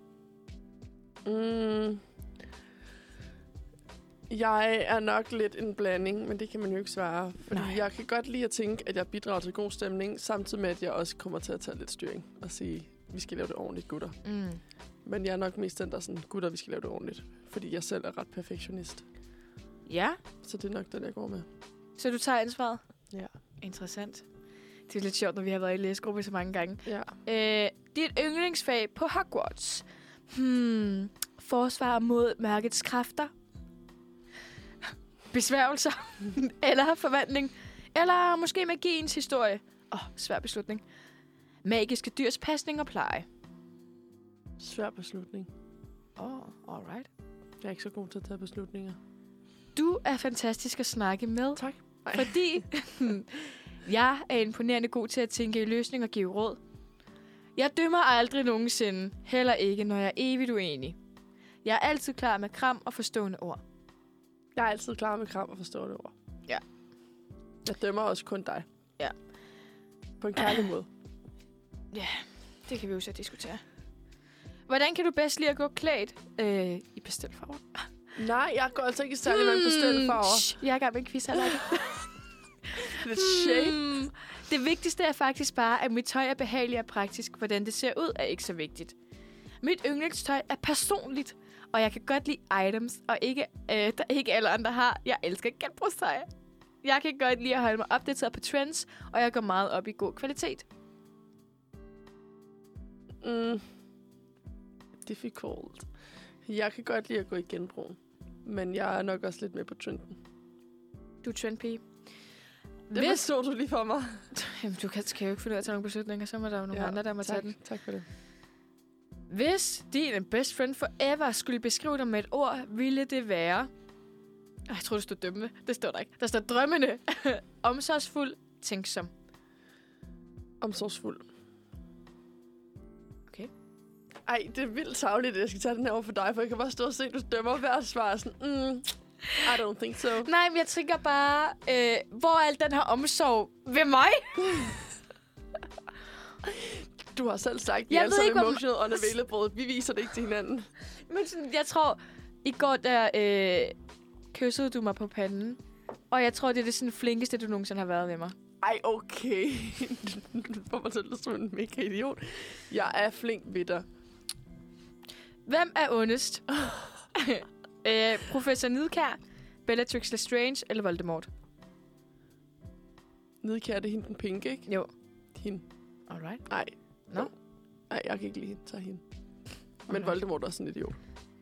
Jeg er nok lidt en blanding, men det kan man jo ikke svare. Fordi jeg kan godt lide at tænke, at jeg bidrager til god stemning, samtidig med, at jeg også kommer til at tage lidt styring og sige, vi skal lave det ordentligt, gutter. Men jeg er nok mest den, der sådan, gutter, vi skal lave det ordentligt. Fordi jeg selv er ret perfektionist. Ja. Så det er nok den, jeg går med. Så du tager ansvaret? Ja. Interessant. Det er lidt sjovt, når vi har været i læsegruppe så mange gange. Ja. Dit yndlingsfag på Hogwarts. Forsvar mod mørkets kræfter. Besværgelser. Eller forvandling. Eller måske magiens historie. Svær beslutning. Magiske dyrs pasning og pleje. Svær beslutning. Alright. Jeg er ikke så god til at tage beslutninger. Du er fantastisk at snakke med. Tak. Fordi jeg er imponerende god til at tænke i løsning og give råd. Jeg dømmer aldrig nogensinde. Heller ikke, når jeg er evigt uenig. Jeg er altid klar med kram og forstående ord. Jeg er altid klar med kram og forstående ord. Ja. Jeg dømmer også kun dig. Ja. På en kærlig måde. Ja, det kan vi jo så diskutere. Hvordan kan du bedst lide at gå klædt i pastelfarver? Nej, jeg går altså ikke i særlig mange pastelfarver. Jeg er i gang med en quiz her. Lidt shade. Det vigtigste er faktisk bare, at mit tøj er behageligt og praktisk. Hvordan det ser ud, er ikke så vigtigt. Mit yndlingstøj er personligt, og jeg kan godt lide items, og der ikke alle andre har. Jeg elsker genbrugstøj. Jeg kan godt lide at holde mig opdateret på trends, og jeg går meget op i god kvalitet. Difficult. Jeg kan godt lide at gå i genbrug, men jeg er nok også lidt med på trenden. Du er trendpige. Det forstår du lige for mig. Jamen, du kan jo ikke finde ud af at tage nogle beslutninger, så må der jo nogle andre, der må tage den. Tak for det. Hvis din best friend forever skulle beskrive dig med et ord, ville det være... Jeg tror, det står dømmende. Det står der ikke. Der står drømmende. Omsorgsfuld. Tænksom. Omsorgsfuld. Okay. Ej, det er vildt tarveligt, at jeg skal tage den her over for dig, for jeg kan bare stå og se, at du dømmer hver svar sådan, I don't think so. Nej, men jeg tænker bare, hvor er al den her omsorg ved mig? Du har selv sagt, jeg er så emotional unavailable. Vi viser det ikke til hinanden. Men sådan, jeg tror, i går der kyssede du mig på panden, og jeg tror, det er det sådan flinkeste, du nogensinde har været ved mig. Ej, okay. Du får mig til at lyde som en mega idiot. Jeg er flink ved dig. Hvem er ondest? Professor Nidkjær, Bellatrix Lestrange eller Voldemort? Nidkjær, det er hende den pink, ikke? Jo. Hende. Alright. Nej. Nå. Nej, jeg kan ikke lide hende. Men Voldemort er også en idiot.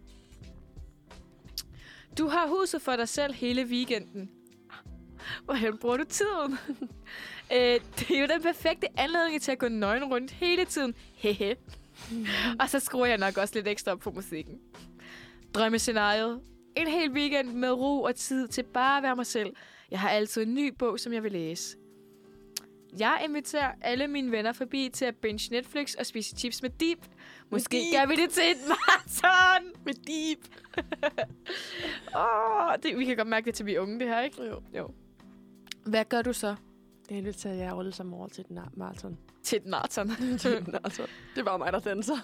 Du har huset for dig selv hele weekenden. Hvordan bruger du tiden? Det er jo den perfekte anledning til at gå nøgen rundt hele tiden. Hehe. Og så skruer jeg nok også lidt ekstra op på musikken. Drømmescenariet. En hel weekend med ro og tid til bare at være mig selv. Jeg har altid en ny bog, som jeg vil læse. Jeg inviterer alle mine venner forbi til at binge Netflix og spise chips med dip. Måske gør vi det til et maraton med dip. Vi kan godt mærke det til vi unge, det her, ikke? Jo. Hvad gør du så? Jeg inviterer jer alle sammen over til et maraton. Til et maraton. Det var mig, der danser.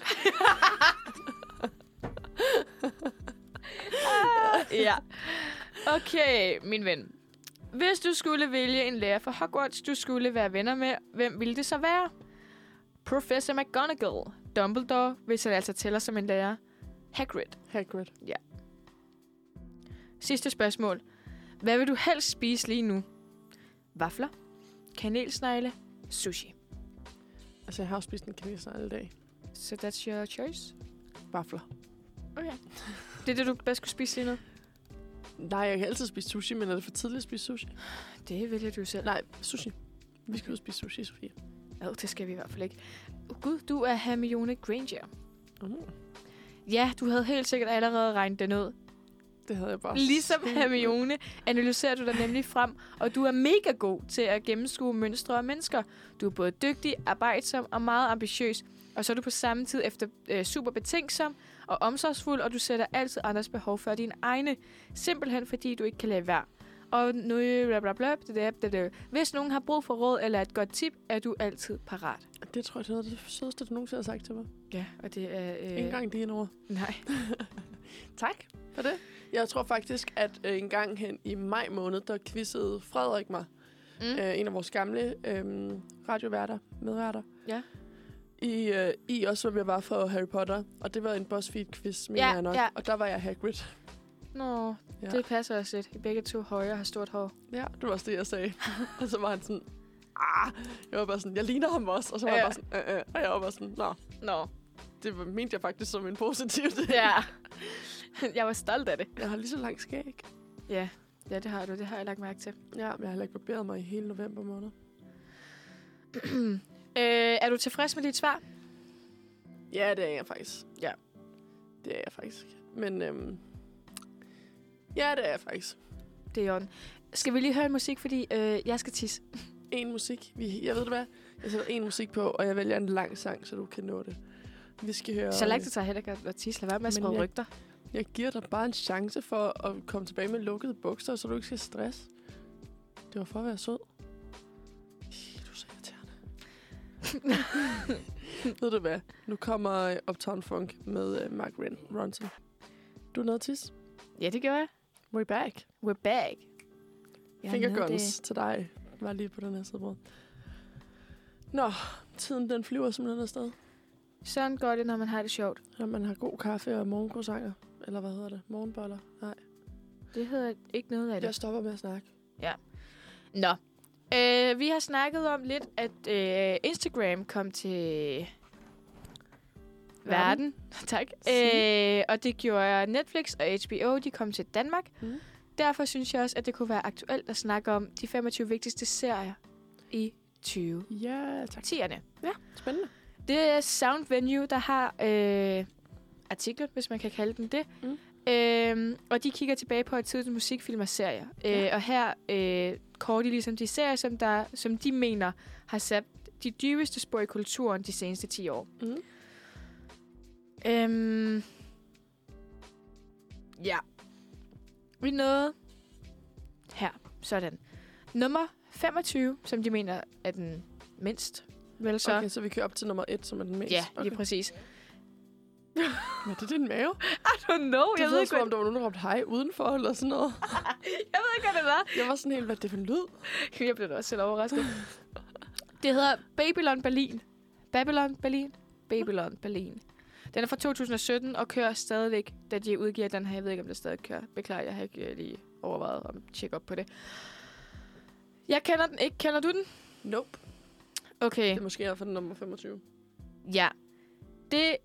Ja. Okay, min ven. Hvis du skulle vælge en lærer for Hogwarts, du skulle være venner med, hvem ville det så være? Professor McGonagall, Dumbledore, hvis han altså tæller som en lærer. Hagrid. Ja. Sidste spørgsmål. Hvad vil du helst spise lige nu? Vafler, kanelsnegle, sushi. Altså, jeg har også spist en kanelsnegle i dag. So that's your choice? Vafler. Okay. Det er det, du bedst skulle spise lige nu? Nej, jeg kan altid spise sushi, men er det for tidligt at spise sushi? Det vælger du selv. Nej, sushi. Vi skal ud og spise sushi, Sofie. Ja, det skal vi i hvert fald ikke. Gud, du er Hermione Granger. Mm. Ja, du havde helt sikkert allerede regnet den ud. Det havde jeg bare. Ligesom Hermione analyserer du dig nemlig frem, og du er mega god til at gennemskue mønstre og mennesker. Du er både dygtig, arbejdsom og meget ambitiøs, og så er du på samme tid efter super betænksom og omsorgsfuld, og du sætter altid andres behov før dine egne. Simpelthen fordi du ikke kan lade være. Og nu, hvis nogen har brug for råd eller et godt tip, er du altid parat. Det tror jeg, det er noget af det sødeste, du nogensinde har sagt til mig. Ja, og det er... Ikke engang dine ord. Nej. Tak for det. Jeg tror faktisk, at en gang hen i maj måned, der quizzede Frederik mig. En af vores gamle radioværter, medværter. Ja. I også, hvor vi var for Harry Potter. Og det var en BuzzFeed-quiz, mener jeg nok. Ja. Og der var jeg Hagrid. Nå, ja. Det passer også lidt. I begge to høje og har stort hår. Ja, det var også det, jeg sagde. Og så var han sådan... Jeg var bare sådan, jeg ligner ham også. Og så var jeg bare sådan... Og jeg var bare sådan, nå. Det mente jeg faktisk som en positiv ting. Ja. Jeg var stolt af det. Jeg har lige så langt skæg. Ja, det har du. Det har jeg lagt mærke til. Ja, men jeg har heller ikke barberet mig i hele november måned. Er du tilfreds med dit svar? Ja, det er jeg faktisk. Ja. Det er jeg faktisk. Men ja, det er jeg faktisk. Det er jo. Skal vi lige høre en musik, fordi jeg skal tisse. En musik. Jeg ved det hvad? Jeg sætter en musik på, og jeg vælger en lang sang, så du kan nå det. Vi skal høre... Så langt det tager heller ikke at tisse. Lad være med at sprede rygter. Jeg giver dig bare en chance for at komme tilbage med lukkede bukser, så du ikke skal stress. Det var for at være sød. Du er så irriterende. Ved du hvad? Nu kommer Uptown Funk med Mark Ronson. Du er nede tis? Ja, det gør jeg. We're back. We're back. Finger guns til dig. Var lige på den her sidebrød. Nå, tiden den flyver simpelthen afsted. Sådan går det, når man har det sjovt. Når man har god kaffe og morgencroissanter. Eller hvad hedder det? Morgenboller? Nej. Det hedder ikke noget af det. Jeg stopper med at snakke. Ja. Nå. Vi har snakket om lidt, at Instagram kom til verden. Tak. Og det gjorde Netflix og HBO. De kom til Danmark. Derfor synes jeg også, at det kunne være aktuelt at snakke om de 25 vigtigste serier i 20. Ja, tak. 10'erne. Ja, spændende. Det er Sound Venue, der har artiklen, hvis man kan kalde den det. Og de kigger tilbage på et tidligt musikfilm og serier. Og her kårer de ligesom de serier, som de mener har sat de dybeste spor i kulturen de seneste 10 år. Ja. Vi nåede her. Sådan. Nummer 25, som de mener er den mindst. Vel så. Okay, så vi kører op til nummer 1, som er den mest. Ja, lige præcis. Var det din mave? I don't know. Jeg ved ikke, om der var nogen, der råbte hej udenfor, eller sådan noget. Jeg ved ikke, hvad det var. Jeg var sådan helt, hvad det for en lyd? Jeg blev da også selv overrasket. Det hedder Babylon Berlin. Den er fra 2017 og kører stadigvæk, da de udgiver den her. Jeg ved ikke, om det stadig kører. Beklager, jeg har ikke lige overvejet at tjekke op på det. Jeg kender den ikke. Kender du den? Nope. Okay. Det er måske i hvert fald nummer 25. Ja. Det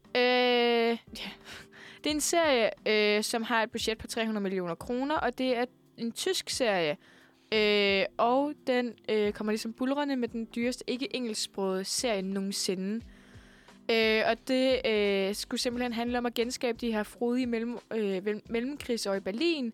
er en serie, som har et budget på 300 millioner kroner, og det er en tysk serie. Og den kommer ligesom bulrende med den dyreste ikke-engelsksprogede serie nogensinde. Og det skulle simpelthen handle om at genskabe de her frodige mellemkrigsår i Berlin.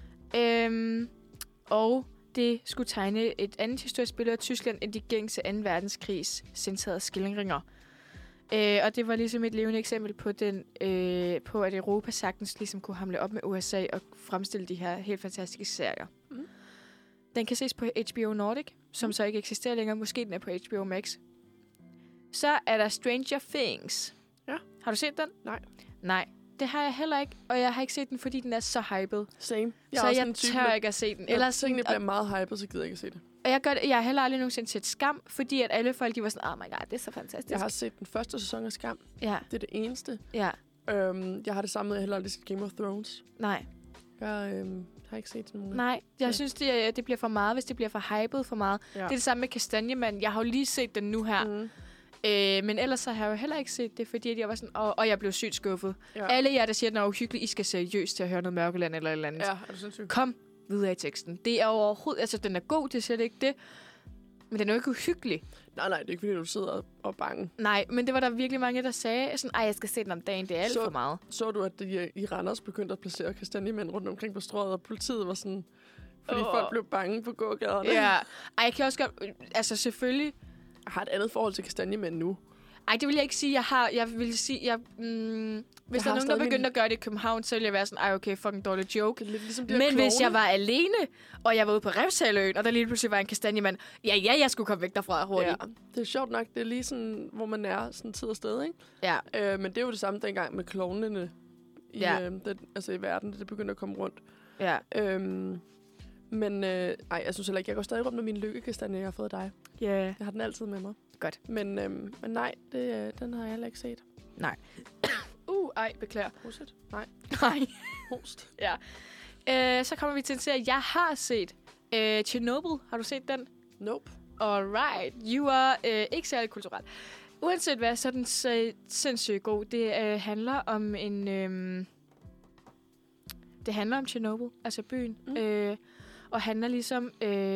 Og det skulle tegne et andet historisk billede af Tyskland end de gængse 2. verdenskrigs centrerede skildringer. Og det var ligesom et levende eksempel på på at Europa sagtens ligesom kunne hamle op med USA og fremstille de her helt fantastiske serier. Mm. Den kan ses på HBO Nordic, som så ikke eksisterer længere. Måske den er på HBO Max. Så er der Stranger Things. Ja. Har du set den? Nej. Det har jeg heller ikke, og jeg har ikke set den, fordi den er så hyped. Same. Så jeg tør ikke at se den. Ellers tingene bliver meget hyped, så gider jeg ikke at se det. Og jeg har heller aldrig nogensinde set Skam, fordi at alle folk, de var sådan, oh my god, det er så fantastisk. Jeg har set den første sæson af Skam. Ja. Det er det eneste. Ja. Jeg har det samme med, jeg heller aldrig set Game of Thrones. Nej. Jeg har ikke set nogen. Nej, jeg synes, det bliver for meget, hvis det bliver for hyped for meget. Ja. Det er det samme med Kastanjemand. Jeg har jo lige set den nu her. Mm. Men ellers så har jeg jo heller ikke set det, fordi jeg var sådan, og jeg blev sygt skuffet. Ja. Alle jer, der siger, at den er uhyggeligt, I skal seriøst til at høre noget Mørkeland eller et eller andet. Ja, er du sindssygt? Kom videre i teksten. Det er overhovedet, altså den er god, det siger det ikke det. Men den er jo ikke uhyggelig. Nej, det er ikke fordi, du sidder og bange. Nej, men det var der virkelig mange, der sagde, sådan, jeg skal se den om dagen, det er alt for meget. Så du, at de i Randers begyndte at placere kastanjemænd rundt omkring på strøget, og politiet var sådan, fordi folk blev bange på gågaderne? Ja, jeg kan også godt, altså selvfølgelig. Jeg har et andet forhold til kastanjemænd nu. Ej, det vil jeg ikke sige, jeg har. Jeg vil sige, hvis der er nogen, der begyndte at gøre det i København, så ville jeg være sådan, okay, fucking dårlig joke. Det er lidt ligesom men hvis jeg var alene, og jeg var ude på Refshaleøen, og der lige pludselig var en kastanjemand, jeg skulle komme væk derfra hurtigt. Ja, det er sjovt nok. Det er lige sådan, hvor man er sådan tid og sted, ikke? Ja. Men det er jo det samme dengang med klovnene i verden, det begynder at komme rundt. Ja. Men jeg synes heller ikke, jeg går stadig rundt med min lykkekastanje, jeg har fået af dig. Ja. Yeah. Jeg har den altid med mig. Godt. Men nej, den har jeg heller ikke set. Nej. Beklager. Host? Nej. Host. Ja. Så kommer vi til en serie, jeg har set. Chernobyl. Har du set den? Nope. Alright. You are ikke særlig kulturel. Uanset hvad, så er den sindssygt god. Det handler om det handler om Chernobyl, altså byen. Og handler ligesom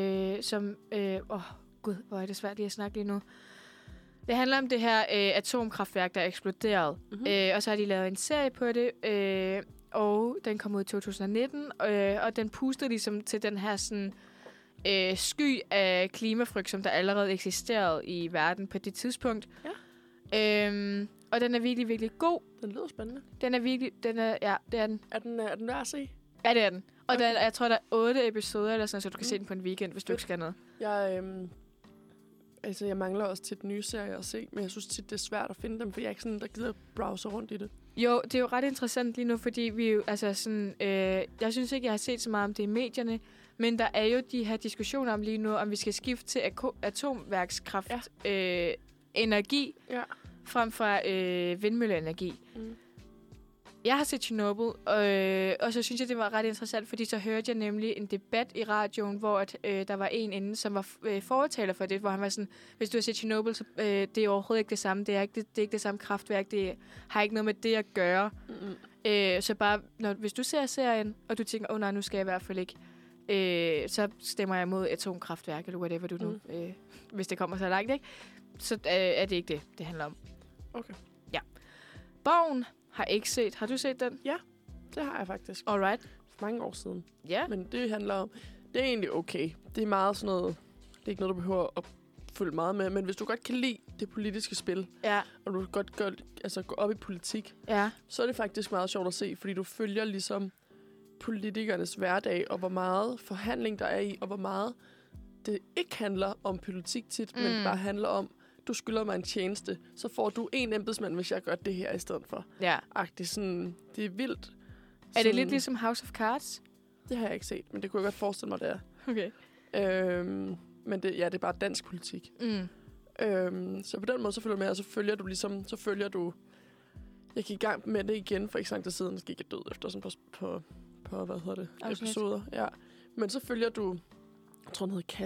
gud, hvor er det svært lige at snakke lige nu. Det handler om det her atomkraftværk, der er eksploderet. Mm-hmm. Og så har de lavet en serie på det, og den kom ud i 2019, og den pustede ligesom til den her sådan, sky af klimafrygt, som der allerede eksisterede i verden på det tidspunkt. Ja. Og den er virkelig, virkelig god. Den lyder spændende. Den er virkelig, ja, det er den. Er den værd at se? Ja, det er den. Og okay. Jeg tror, der er 8 episoder, eller sådan, så du kan se den på en weekend, hvis du ikke skal noget. Jeg mangler også til den nye serie at se, men jeg synes tit, det er svært at finde dem, for jeg er ikke sådan, der gider at browse rundt i det. Jo, det er jo ret interessant lige nu, fordi vi jo, altså sådan, jeg synes ikke, jeg har set så meget om det i medierne, men der er jo de her diskussioner om lige nu, om vi skal skifte til atomværkskraft energi, frem for vindmølleenergi. Mm. Jeg har set Chernobyl, og så synes jeg, det var ret interessant, fordi så hørte jeg nemlig en debat i radioen, hvor der var en inde, som var fortaler for det, hvor han var sådan, hvis du har set Chernobyl, så det er overhovedet ikke det samme. Det er ikke det samme kraftværk. Det har ikke noget med det at gøre. Mm-hmm. Så bare, hvis du ser serien, og du tænker, nej, nu skal jeg i hvert fald ikke, så stemmer jeg mod atomkraftværk, eller whatever du nu, hvis det kommer så langt, ikke? Så er det ikke det handler om. Okay. Ja. Borgen har ikke set. Har du set den? Ja, det har jeg faktisk. Alright. For mange år siden. Ja. Yeah. Men det handler om, det er egentlig okay. Det er meget sådan noget, det er ikke noget, du behøver at følge meget med. Men hvis du godt kan lide det politiske spil, og du godt gå op i politik, så er det faktisk meget sjovt at se, fordi du følger ligesom politikernes hverdag, og hvor meget forhandling der er i, og hvor meget det ikke handler om politik tit, men bare handler om, du skylder mig en tjeneste, så får du en embedsmand, hvis jeg gør det her i stedet for. Ja. Sådan, det er vildt. Er det lidt ligesom House of Cards? Det har jeg ikke set, men det kunne jeg godt forestille mig, det er. Okay. Men det er bare dansk politik. Så på den måde, så følger du med, og så følger du... Jeg gik i gang med det igen for ikke så lang tid siden, så gik jeg død efter sådan på hvad hedder det, episoder. Ja. Men så følger du, jeg tror, han hedder Kasper.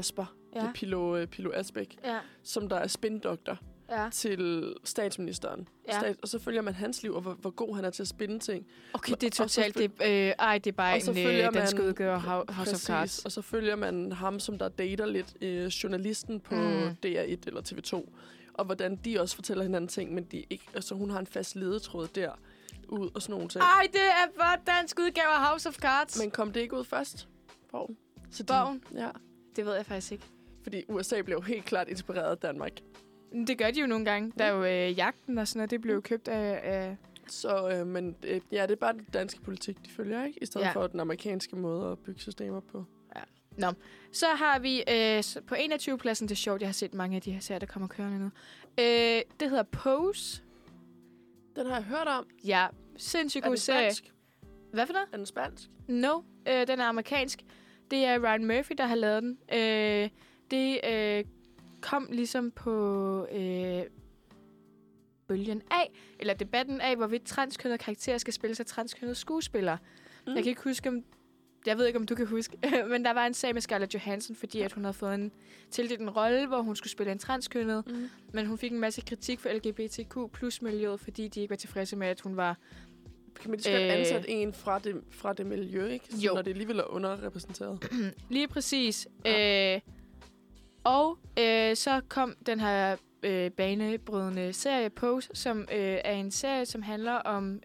Det er Pilo Asbæk, som der er spindoktor til statsministeren. Ja. Og så følger man hans liv, og hvor god han er til at spinde ting. Okay, det er totalt... Det er bare en dansk udgave House of Cards. Og så følger man ham, som der dater lidt journalisten på DR1 eller TV2. Og hvordan de også fortæller hinanden ting, men de ikke... Altså, hun har en fast ledetråd der ud og sådan nogle ting. Ej, det er bare dansk udgave af House of Cards. Men kom det ikke ud først? Bogen? Ja. Det ved jeg faktisk ikke. Fordi USA blev helt klart inspireret af Danmark. Det gør de jo nogle gange. Der er jo jagten og sådan noget, det blev købt af... Så, men det er bare den danske politik, de følger, ikke? I stedet for den amerikanske måde at bygge systemer på. Ja. Nå, så har vi på 21. pladsen, det er sjovt, jeg har set mange af de her serier, der kommer kørende nu. Det hedder Pose. Den har jeg hørt om. Ja, sindssygt god serie. Er den spansk? Hvad for noget? Er den spansk? No, den er amerikansk. Det er Ryan Murphy, der har lavet den. Det kom ligesom på bølgen af, eller debatten af, hvorvidt transkønnede karakterer skal spilles af transkønnede skuespillere. Jeg kan ikke huske, jeg ved ikke, om du kan huske, men der var en sag med Scarlett Johansson, fordi at hun havde fået tildelt en rolle, hvor hun skulle spille en transkønnet, men hun fik en masse kritik for LGBTQ plus miljøet, fordi de ikke var tilfredse med, at hun var... Kan man lige godt ansætte en fra det miljø, ikke? Så når det alligevel er underrepræsenteret. Lige præcis. Ja. Så kom den her banebrydende serie Pose, som er en serie, som handler om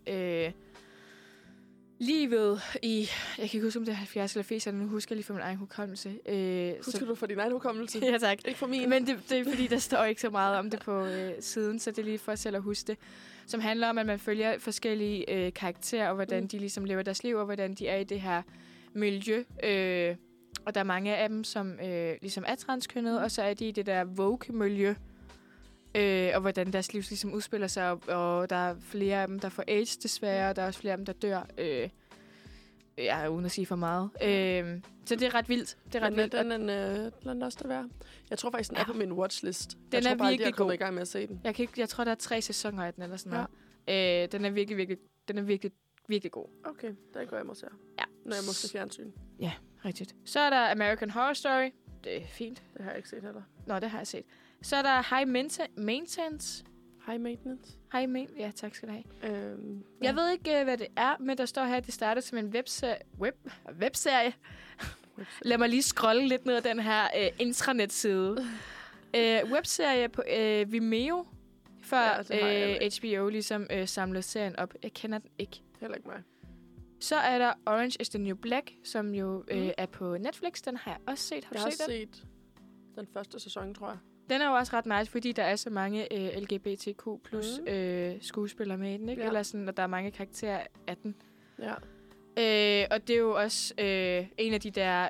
livet i... Jeg kan ikke huske, om det er 70 eller 80'erne. Nu husker jeg lige for min egen hukommelse. Husker du for din egen hukommelse? Ja, tak. Ikke for min. Men det er fordi, der står ikke så meget om det på siden, så det er lige for selv at huske det. Som handler om, at man følger forskellige karakterer, og hvordan de ligesom lever deres liv, og hvordan de er i det her miljø. Og der er mange af dem, som ligesom er transkønnede, og så er de i det der Vogue-miljø. Og hvordan deres liv ligesom udspiller sig, og der er flere af dem, der får AIDS desværre, og der er også flere af dem, der dør. Uden at sige for meget. Så det er ret vildt. Den er også der værd. Jeg tror faktisk, den er på min watchlist. Den er virkelig god. I gang med at se den. Jeg tror, der er 3 sæsoner af den, eller sådan noget. Den er virkelig god. Okay, den går jeg må se. Ja. Når jeg må se fjernsyn. Ja, rigtigt. Så er der American Horror Story. Det er fint. Det har jeg ikke set heller. Nå, det har jeg set. Så er der High Maintenance. High Maintenance? Ja, tak skal du have. Jeg ved ikke, hvad det er, men der står her, at det startede som en webserie. Lad mig lige scrolle lidt ned ad den her intranet-side. Webserie på Vimeo, før HBO ligesom samlede serien op. Jeg kender den ikke. Heller ikke mig. Så er der Orange is the New Black, som jo er på Netflix. Den har jeg også set. Har du set den? Jeg har set den første sæson, tror jeg. Den er jo også ret nice, fordi der er så mange LGBTQ plus skuespillere med i den, ikke? Ja. Eller sådan, og der er mange karakterer af den. Ja. Og det er jo også en af de der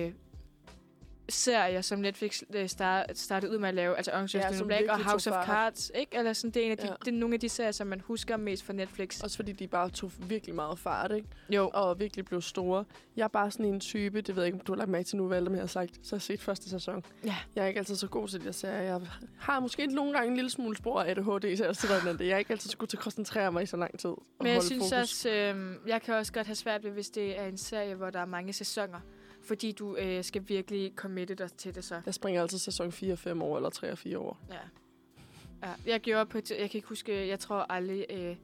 serier, som Netflix startede ud med at lave, altså Orange is the New Black og House of Cards, ikke? Eller sådan, det er det er nogle af de serier, som man husker mest fra Netflix. Også fordi de bare tog virkelig meget fart, ikke? Jo. Og virkelig blev store. Jeg er bare sådan en type, det ved jeg ikke, om du har lagt mærke til nu, hvad jeg har sagt, så har jeg set første sæson. Ja. Jeg er ikke altid så god til de der serier. Jeg har måske nogle gange en lille smule spor af ADHD, så jeg er ikke altid så god til at koncentrere mig i så lang tid. Men jeg synes også, jeg kan også godt have svært ved, hvis det er en serie, hvor der er mange sæsoner. Fordi du skal virkelig committe dig til det så. Jeg springer altid sæson 4, 5 år eller 3 og 4 år. Ja. Jeg gjorde jeg kan ikke huske, jeg tror aldrig...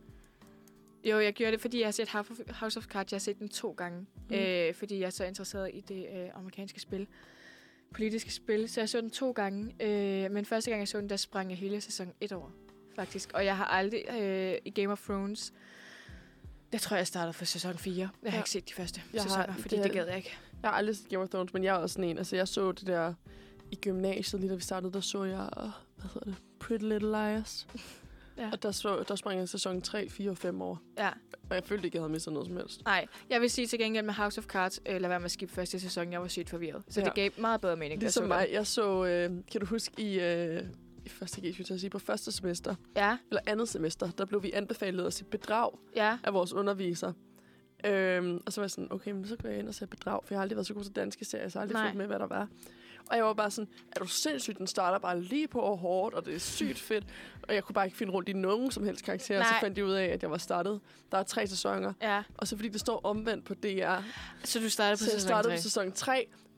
jeg gjorde det, fordi jeg har set House of Cards. Jeg har set den 2 gange. Fordi jeg er så interesseret i det amerikanske spil. Politiske spil. Så jeg så den 2 gange. Men første gang jeg så den, der sprang jeg hele sæson 1 over. Faktisk. Og jeg har aldrig i Game of Thrones... Jeg tror, jeg startede for sæson 4. Jeg har ikke set de første sæsoner, fordi det gad jeg ikke. Jeg har aldrig set Game of Thrones, men jeg er også sådan en. Altså, jeg så det der i gymnasiet, lige da vi startede, der så jeg, Pretty Little Liars. Ja. Og der sprang jeg sæson 3, 4 og 5 år. Ja. Og jeg følte ikke, jeg havde mistet noget som helst. Nej, jeg vil sige til gengæld med House of Cards, lad være med at skifte første sæson, jeg var sygt forvirret. Så det gav meget bedre mening. Ligesom mig, jeg så, kan du huske i første G, skulle jeg sige, på første semester, eller andet semester, der blev vi anbefalet at se Bedrag af vores underviser. Og så var jeg sådan, okay, men så går jeg ind og ser Bedrag, for jeg har aldrig været så god til danske serier, så jeg har aldrig fulgt med, hvad der var. Og jeg var bare sådan, er du sindssygt, den starter bare lige på og hårdt, og det er sygt fedt. Og jeg kunne bare ikke finde rundt i nogen som helst karakterer, så fandt jeg ud af, at jeg var startet. Der er 3 sæsoner, og så fordi det står omvendt på DR. Så du startede på sæson 3? Så jeg startede på sæson 3,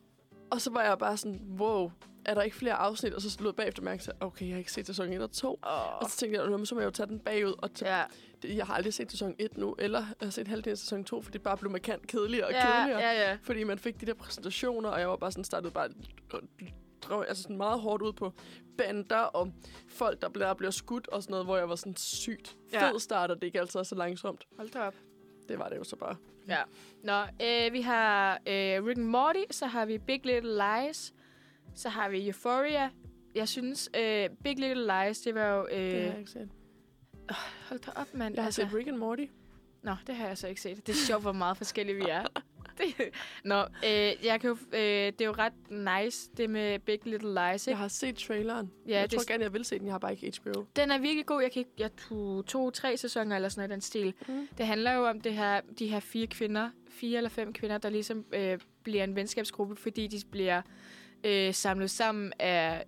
Og så var jeg bare sådan, wow, er der ikke flere afsnit? Og så lød bagefter mærke til, okay, jeg har ikke set sæson 1 og 2. Og så tænkte jeg, så må jeg jo tage den bagud. Og jeg har aldrig set sæson 1 nu, eller jeg har set halvdelen af sæson 2, for det bare blev markant kedeligere og kedeligere. Ja. Fordi man fik de der præsentationer, og jeg var bare sådan startet bare sådan meget hårdt ud på bander og folk, der bliver skudt og sådan noget, hvor jeg var sådan sygt fed start, og det gik altså så langsomt. Hold da op. Det var det jo så bare. Ja. Nå, vi har Rick and Morty, så har vi Big Little Lies, så har vi Euphoria. Jeg synes, Big Little Lies, det var jo... det har jeg ikke set. Hold da op, mand. Jeg har set Rick and Morty. Nå, det har jeg så ikke set. Det er sjovt, hvor meget forskellige vi er. Nå, jeg kan jo, det er jo ret nice, det med Big Little Lies, ikke? Jeg har set traileren. Ja, jeg tror gerne, jeg vil se den. Jeg har bare ikke HBO. Den er virkelig god. Jeg tog 2-3 sæsoner eller sådan noget i den stil. Det handler jo om de her 4 eller 5 kvinder, der ligesom bliver en venskabsgruppe, fordi de bliver samlet sammen af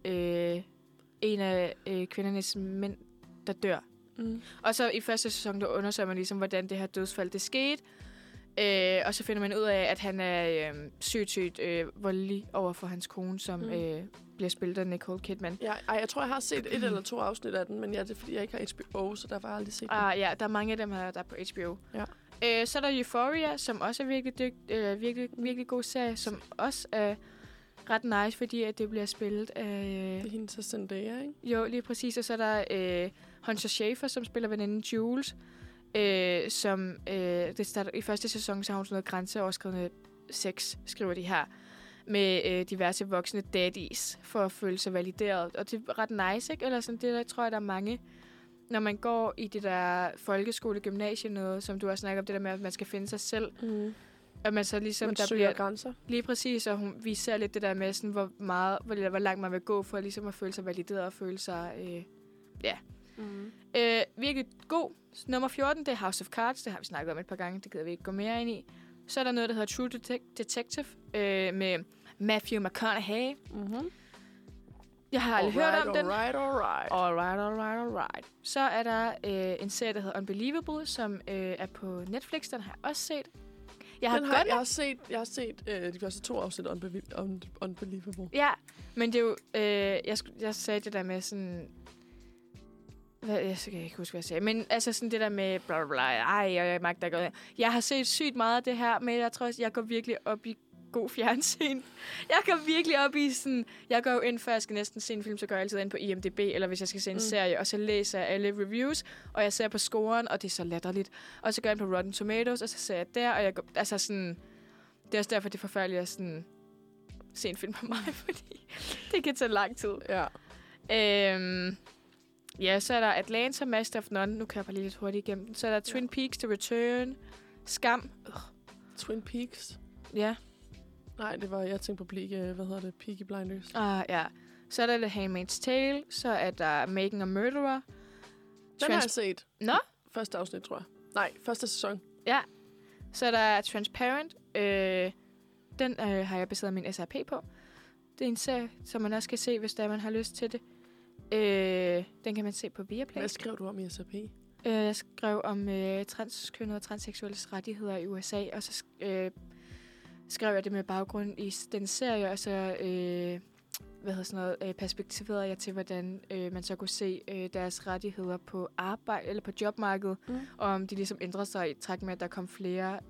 en af kvindernes mænd, der dør. Og så i første sæson, der undersøger man ligesom, hvordan det her dødsfald, det skete. Og så finder man ud af, at han er sygt voldelig over for hans kone, som bliver spillet af Nicole Kidman. Ja, jeg tror, jeg har set 1 eller 2 afsnit af den, men det er fordi, jeg ikke har HBO, så derfor har jeg aldrig set den. Ja, der er mange af dem her, der er på HBO. Ja. Så er der Euphoria, som også er virkelig god serie, som også er ret nice, fordi at det bliver spillet af... Det er hende til Zendaya, ikke? Jo, lige præcis. Og så er der Hunter Schafer, som spiller veninden Jules, som det starter i første sæson, så har hun sådan noget grænseoverskridende sex, skriver de her, med diverse voksne daddies, for at føle sig valideret. Og det er ret nice, ikke? Eller sådan, det der tror jeg, der er mange, når man går i det der folkeskole, gymnasie noget, som du også snakker om, det der med, at man skal finde sig selv. Og man så ligesom, man der bliver grænser. Lige præcis, og vi ser lidt det der med, sådan, hvor langt man vil gå for ligesom at føle sig valideret og føle sig, virkelig god. Nummer 14, det er House of Cards. Det har vi snakket om et par gange. Det gider vi ikke gå mere ind i. Så er der noget, der hedder True Detective med Matthew McConaughey. Jeg har aldrig hørt om den. Alright. Så er der en serie, der hedder Unbelievable, som er på Netflix. Den har jeg også set. Jeg har set de første 2 afsnit Unbelievable. Ja, men det er jo... jeg sagde det der med sådan... Jeg kan ikke huske, hvad jeg sagde. Men altså sådan det der med bla bla bla. Jeg magter ikke. Jeg har set sygt meget af det her, men jeg tror også, jeg går virkelig op i god fjernsyn. Jeg går virkelig op i sådan... Jeg går jo ind, før jeg skal næsten se en film, så går jeg altid ind på IMDb, eller hvis jeg skal se en serie, og så læser jeg alle reviews, og jeg ser på scoren, og det er så latterligt. Og så går jeg ind på Rotten Tomatoes, og så ser jeg der, og jeg går... Altså sådan... Det er også derfor, det er forfærdeligt at sådan... se en film på mig, fordi det kan tage lang tid. Ja. Ja, så er der Atlanta, Master of None. Nu kan jeg bare lige lidt hurtigt igennem den. Så er der Twin Peaks, The Return, Skam. Twin Peaks? Ja. Nej, jeg tænkte på Peaky Blinders. Ja. Så er der The Handmaid's Tale. Så er der Making a Murderer. Den har jeg set. Nå? Første afsnit, tror jeg. Nej, første sæson. Ja. Så er der Transparent. Den har jeg baseret min SRP på. Det er en serie, som man også kan se, hvis man har lyst til det. Den kan man se på Viaplay. Hvad skrev du om i SRP? Jeg skrev om transkønnede og transseksuelles rettigheder i USA, og så skrev jeg det med baggrund i den serie, og så perspektiverede jeg til, hvordan man så kunne se deres rettigheder på arbejde eller på jobmarkedet, og om de ligesom ændrede sig i træk med, at der kom flere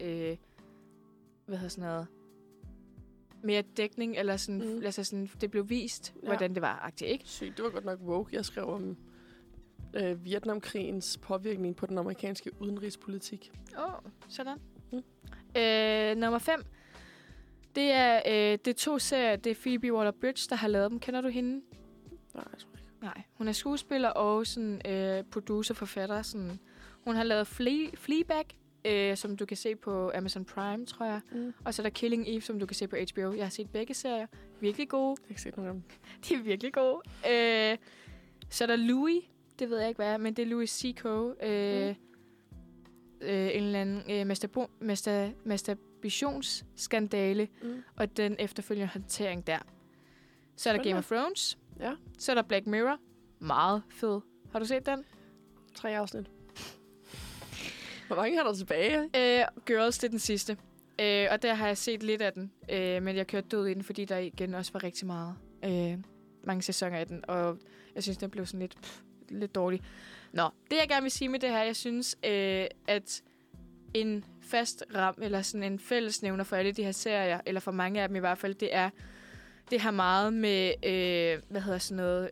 mere dækning, eller sådan, altså sådan, det blev vist, hvordan det var agtigt, ikke? Sygt, det var godt nok woke. Jeg skrev om Vietnamkrigens påvirkning på den amerikanske udenrigspolitik. Sådan. Nummer 5. Det er 2 serier. Det er Phoebe Waller-Bridge, der har lavet dem. Kender du hende? Nej, jeg tror ikke. Nej, hun er skuespiller og sådan, producer, forfatter. Sådan. Hun har lavet Fleabag, som du kan se på Amazon Prime, tror jeg. Og så er der Killing Eve, som du kan se på HBO. Jeg har set begge serier. Virkelig gode. Jeg har ikke set nogen af dem. De er virkelig gode. Så er der Louis. Det ved jeg ikke, hvad er, men det er Louis C.K. En eller anden masturbationsskandale, og den efterfølgende håndtering der. Så er der Game of Thrones. Ja. Så er der Black Mirror. Meget fed. Har du set den? 3 afsnit. Hvor mange har der tilbage? Girls, det er den sidste. Og der har jeg set lidt af den. Men jeg kørte død i den, fordi der igen også var rigtig meget. Mange sæsoner af den. Og jeg synes, den blev sådan lidt dårlig. Nå, det jeg gerne vil sige med det her, jeg synes, at en fast ram, eller sådan en fællesnævner for alle de her serier, eller for mange af dem i hvert fald, det er det her meget med, hvad hedder sådan noget,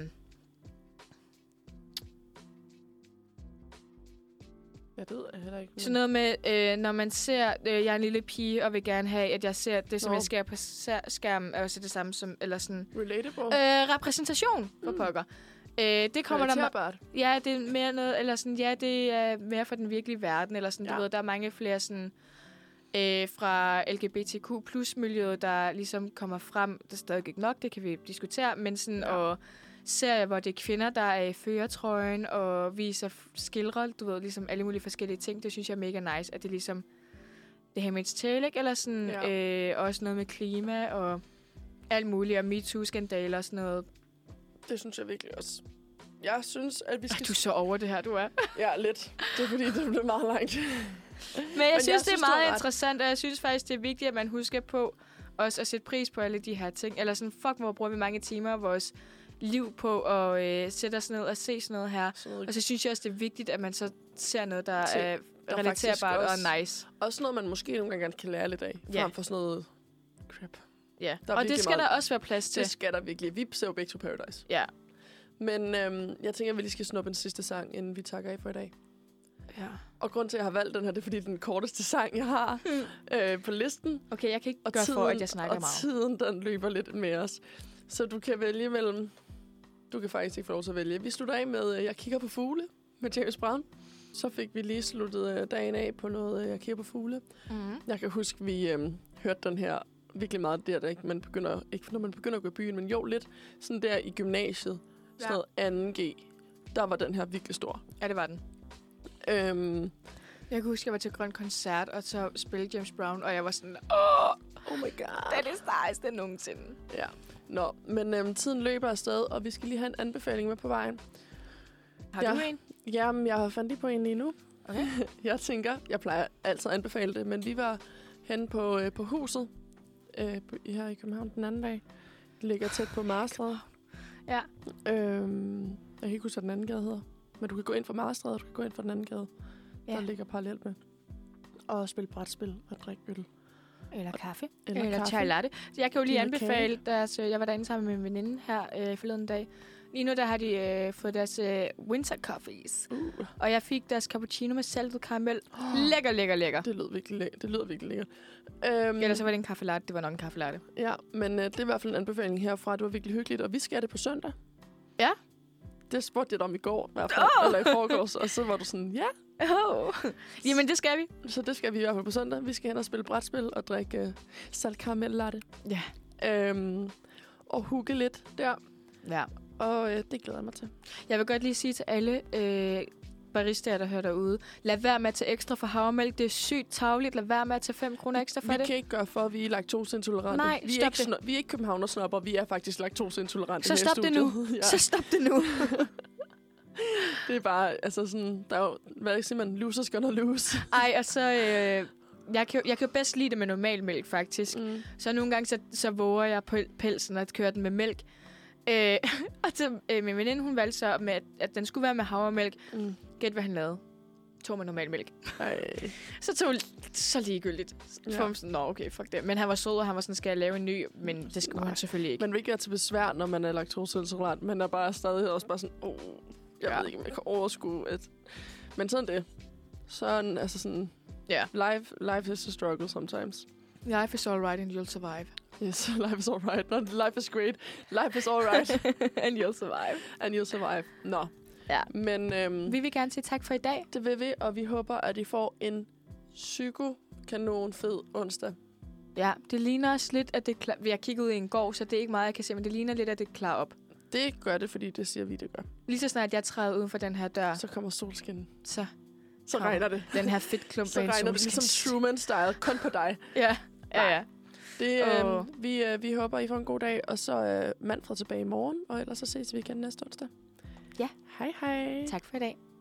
jeg ved jeg heller ikke. sådan noget med, når man ser, jeg er en lille pige, og vil gerne have, at jeg ser det, som jeg ser på skærmen, er også det samme som, eller sådan... Relatable? Repræsentation, for pokker. Det kommer der... Ja, det er mere noget, eller sådan, ja, det er mere for den virkelige verden, eller sådan, du ved, der er mange flere sådan... fra LGBTQ+-miljøet, der ligesom kommer frem. Det er stadig ikke nok, det kan vi diskutere, men sådan, og serier, hvor det er kvinder, der er i førertrøjen og viser skildre, du ved, ligesom alle mulige forskellige ting. Det synes jeg er mega nice, at det ligesom det her med tale, ikke? Eller sådan, også noget med klima og alt muligt, og MeToo-skandaler og sådan noget. Det synes jeg virkelig også. Jeg synes, at vi skal... Du er så over det her, du er. Ja, lidt. Det er fordi, det bliver meget langt. Men jeg synes, det er meget interessant, og jeg synes faktisk, det er vigtigt, at man husker på også at sætte pris på alle de her ting. Eller sådan, hvor bruger vi mange timer af vores liv på at sætte os ned og se sådan noget her. Og så synes jeg også, det er vigtigt, at man så ser noget, der er relaterbart og nice. Også noget, man måske nogle gange kan lære lidt af. Frem for sådan noget crap. Ja, og det skal der også være plads til. Det skal der virkelig. Vi ser jo begge to Paradise. Ja. Men jeg tænker, at vi lige skal snuppe en sidste sang, inden vi takker af for i dag. Ja. Og grund til, at jeg har valgt den her, det er fordi, det er den korteste sang, jeg har på listen. Okay, jeg kan ikke gøre for, at jeg snakker meget. Og tiden, den løber lidt med os. Så du kan vælge mellem... Du kan faktisk ikke få lov til at vælge. Vi slutter af med Jeg kigger på fugle med James Brown. Så fik vi lige sluttet dagen af på noget Jeg kigger på fugle. Mm-hmm. Jeg kan huske, vi hørte den her virkelig meget der ikke man begynder, ikke når man begynder at gå i byen, men jo lidt sådan der i gymnasiet, sådan noget 2G. Der var den her virkelig stor. Ja, det var den. Jeg kan huske, jeg var til Grøn Koncert, og så spillede James Brown, og jeg var sådan, oh my god. Det er det stejste nogensinde. Ja. Nå, men tiden løber afsted, og vi skal lige have en anbefaling med på vejen. Har du en? Jamen, jeg har fandt på en lige nu. Okay. Jeg plejer altid at anbefale det, men vi var henne på huset her i København den anden dag. Det ligger tæt på Marstræde. Ja. Jeg kan ikke huske, hvad den anden gade hedder. Men du kan gå ind for Marstræde, og du kan gå ind for den anden gade. Der ligger parallelt med. Og spille brætspil og drikke øl. Eller kaffe. Eller chai latte. Så jeg kan jo lige anbefale jeg var derinde sammen med min veninde her forleden dag. Lige nu der har de fået deres winter coffees. Og jeg fik deres cappuccino med saltet karamel. Lækker. Det lyder virkelig lækkert. Ellers så var det en kaffe latte. Det var nok en kaffe latte. Ja, men det er i hvert fald en anbefaling herfra. Det var virkelig hyggeligt. Og vi skal det på søndag. Ja. Det spurgte jeg dig om i går, i hvert fald. Eller i forgårs. Og så var du sådan, ja. Jamen, det skal vi. Så det skal vi i hvert fald på søndag. Vi skal hen og spille brætspil og drikke salt karamel latte. Ja. Og hugge lidt der. Ja. Og det glæder jeg mig til. Jeg vil godt lige sige til alle baristaer, der hører derude. Lad være med at tage ekstra for havremælk. Det er sygt tarveligt. Lad være med at tage 5 kroner ekstra for det. Vi kan ikke gøre for, at vi er laktoseintolerante. Nej, vi er ikke københavnersnopper. Vi er faktisk laktoseintolerante. Så stop det nu. Ja. Så stop det nu. Det er bare, altså sådan, der er jo, hvad siger man, losers gonna lose. Ej, og så, jeg kan jo bedst lide det med normal mælk, faktisk. Så nogle gange, så våger jeg på pelsen at køre den med mælk. Og så, min veninde, hun valgte så, med, at den skulle være med havremælk. Gæt, hvad han lavede. Tog med normal mælk. Så tog så ligegyldigt. Ja. Sådan, okay, fuck det. Men han var sød, og han var sådan, skal jeg lave en ny? Men det skulle han selvfølgelig ikke. Man vil ikke være til besvær, når man er laktoseintolerant. Man er bare stadig også bare sådan, jeg ved ikke, om jeg kan overskue. Men sådan det. Sådan, altså sådan, life is a struggle sometimes. Life is all right and you'll survive. Yes, life is all right. Not life is great. Life is all right. And you'll survive. And you'll survive. Nå. Ja. Men vi vil gerne sige tak for i dag. Det vil vi, og vi håber, at I får en psykokanon fed onsdag. Ja, det ligner også lidt, at det klar. Vi har kigget ud i en gård, så det er ikke meget, jeg kan se, men det ligner lidt, at det er klar op. Det gør det, fordi det siger vi, det gør. Lige så snart jeg træder uden for den her dør, så kommer solskin. Så regner det. Den her fedtklump så regner det ligesom Truman-style, kun på dig. Ja. Vi håber, I får en god dag, og så Manfred tilbage i morgen, og ellers så ses vi igen næste onsdag. Ja. Hej. Tak for i dag.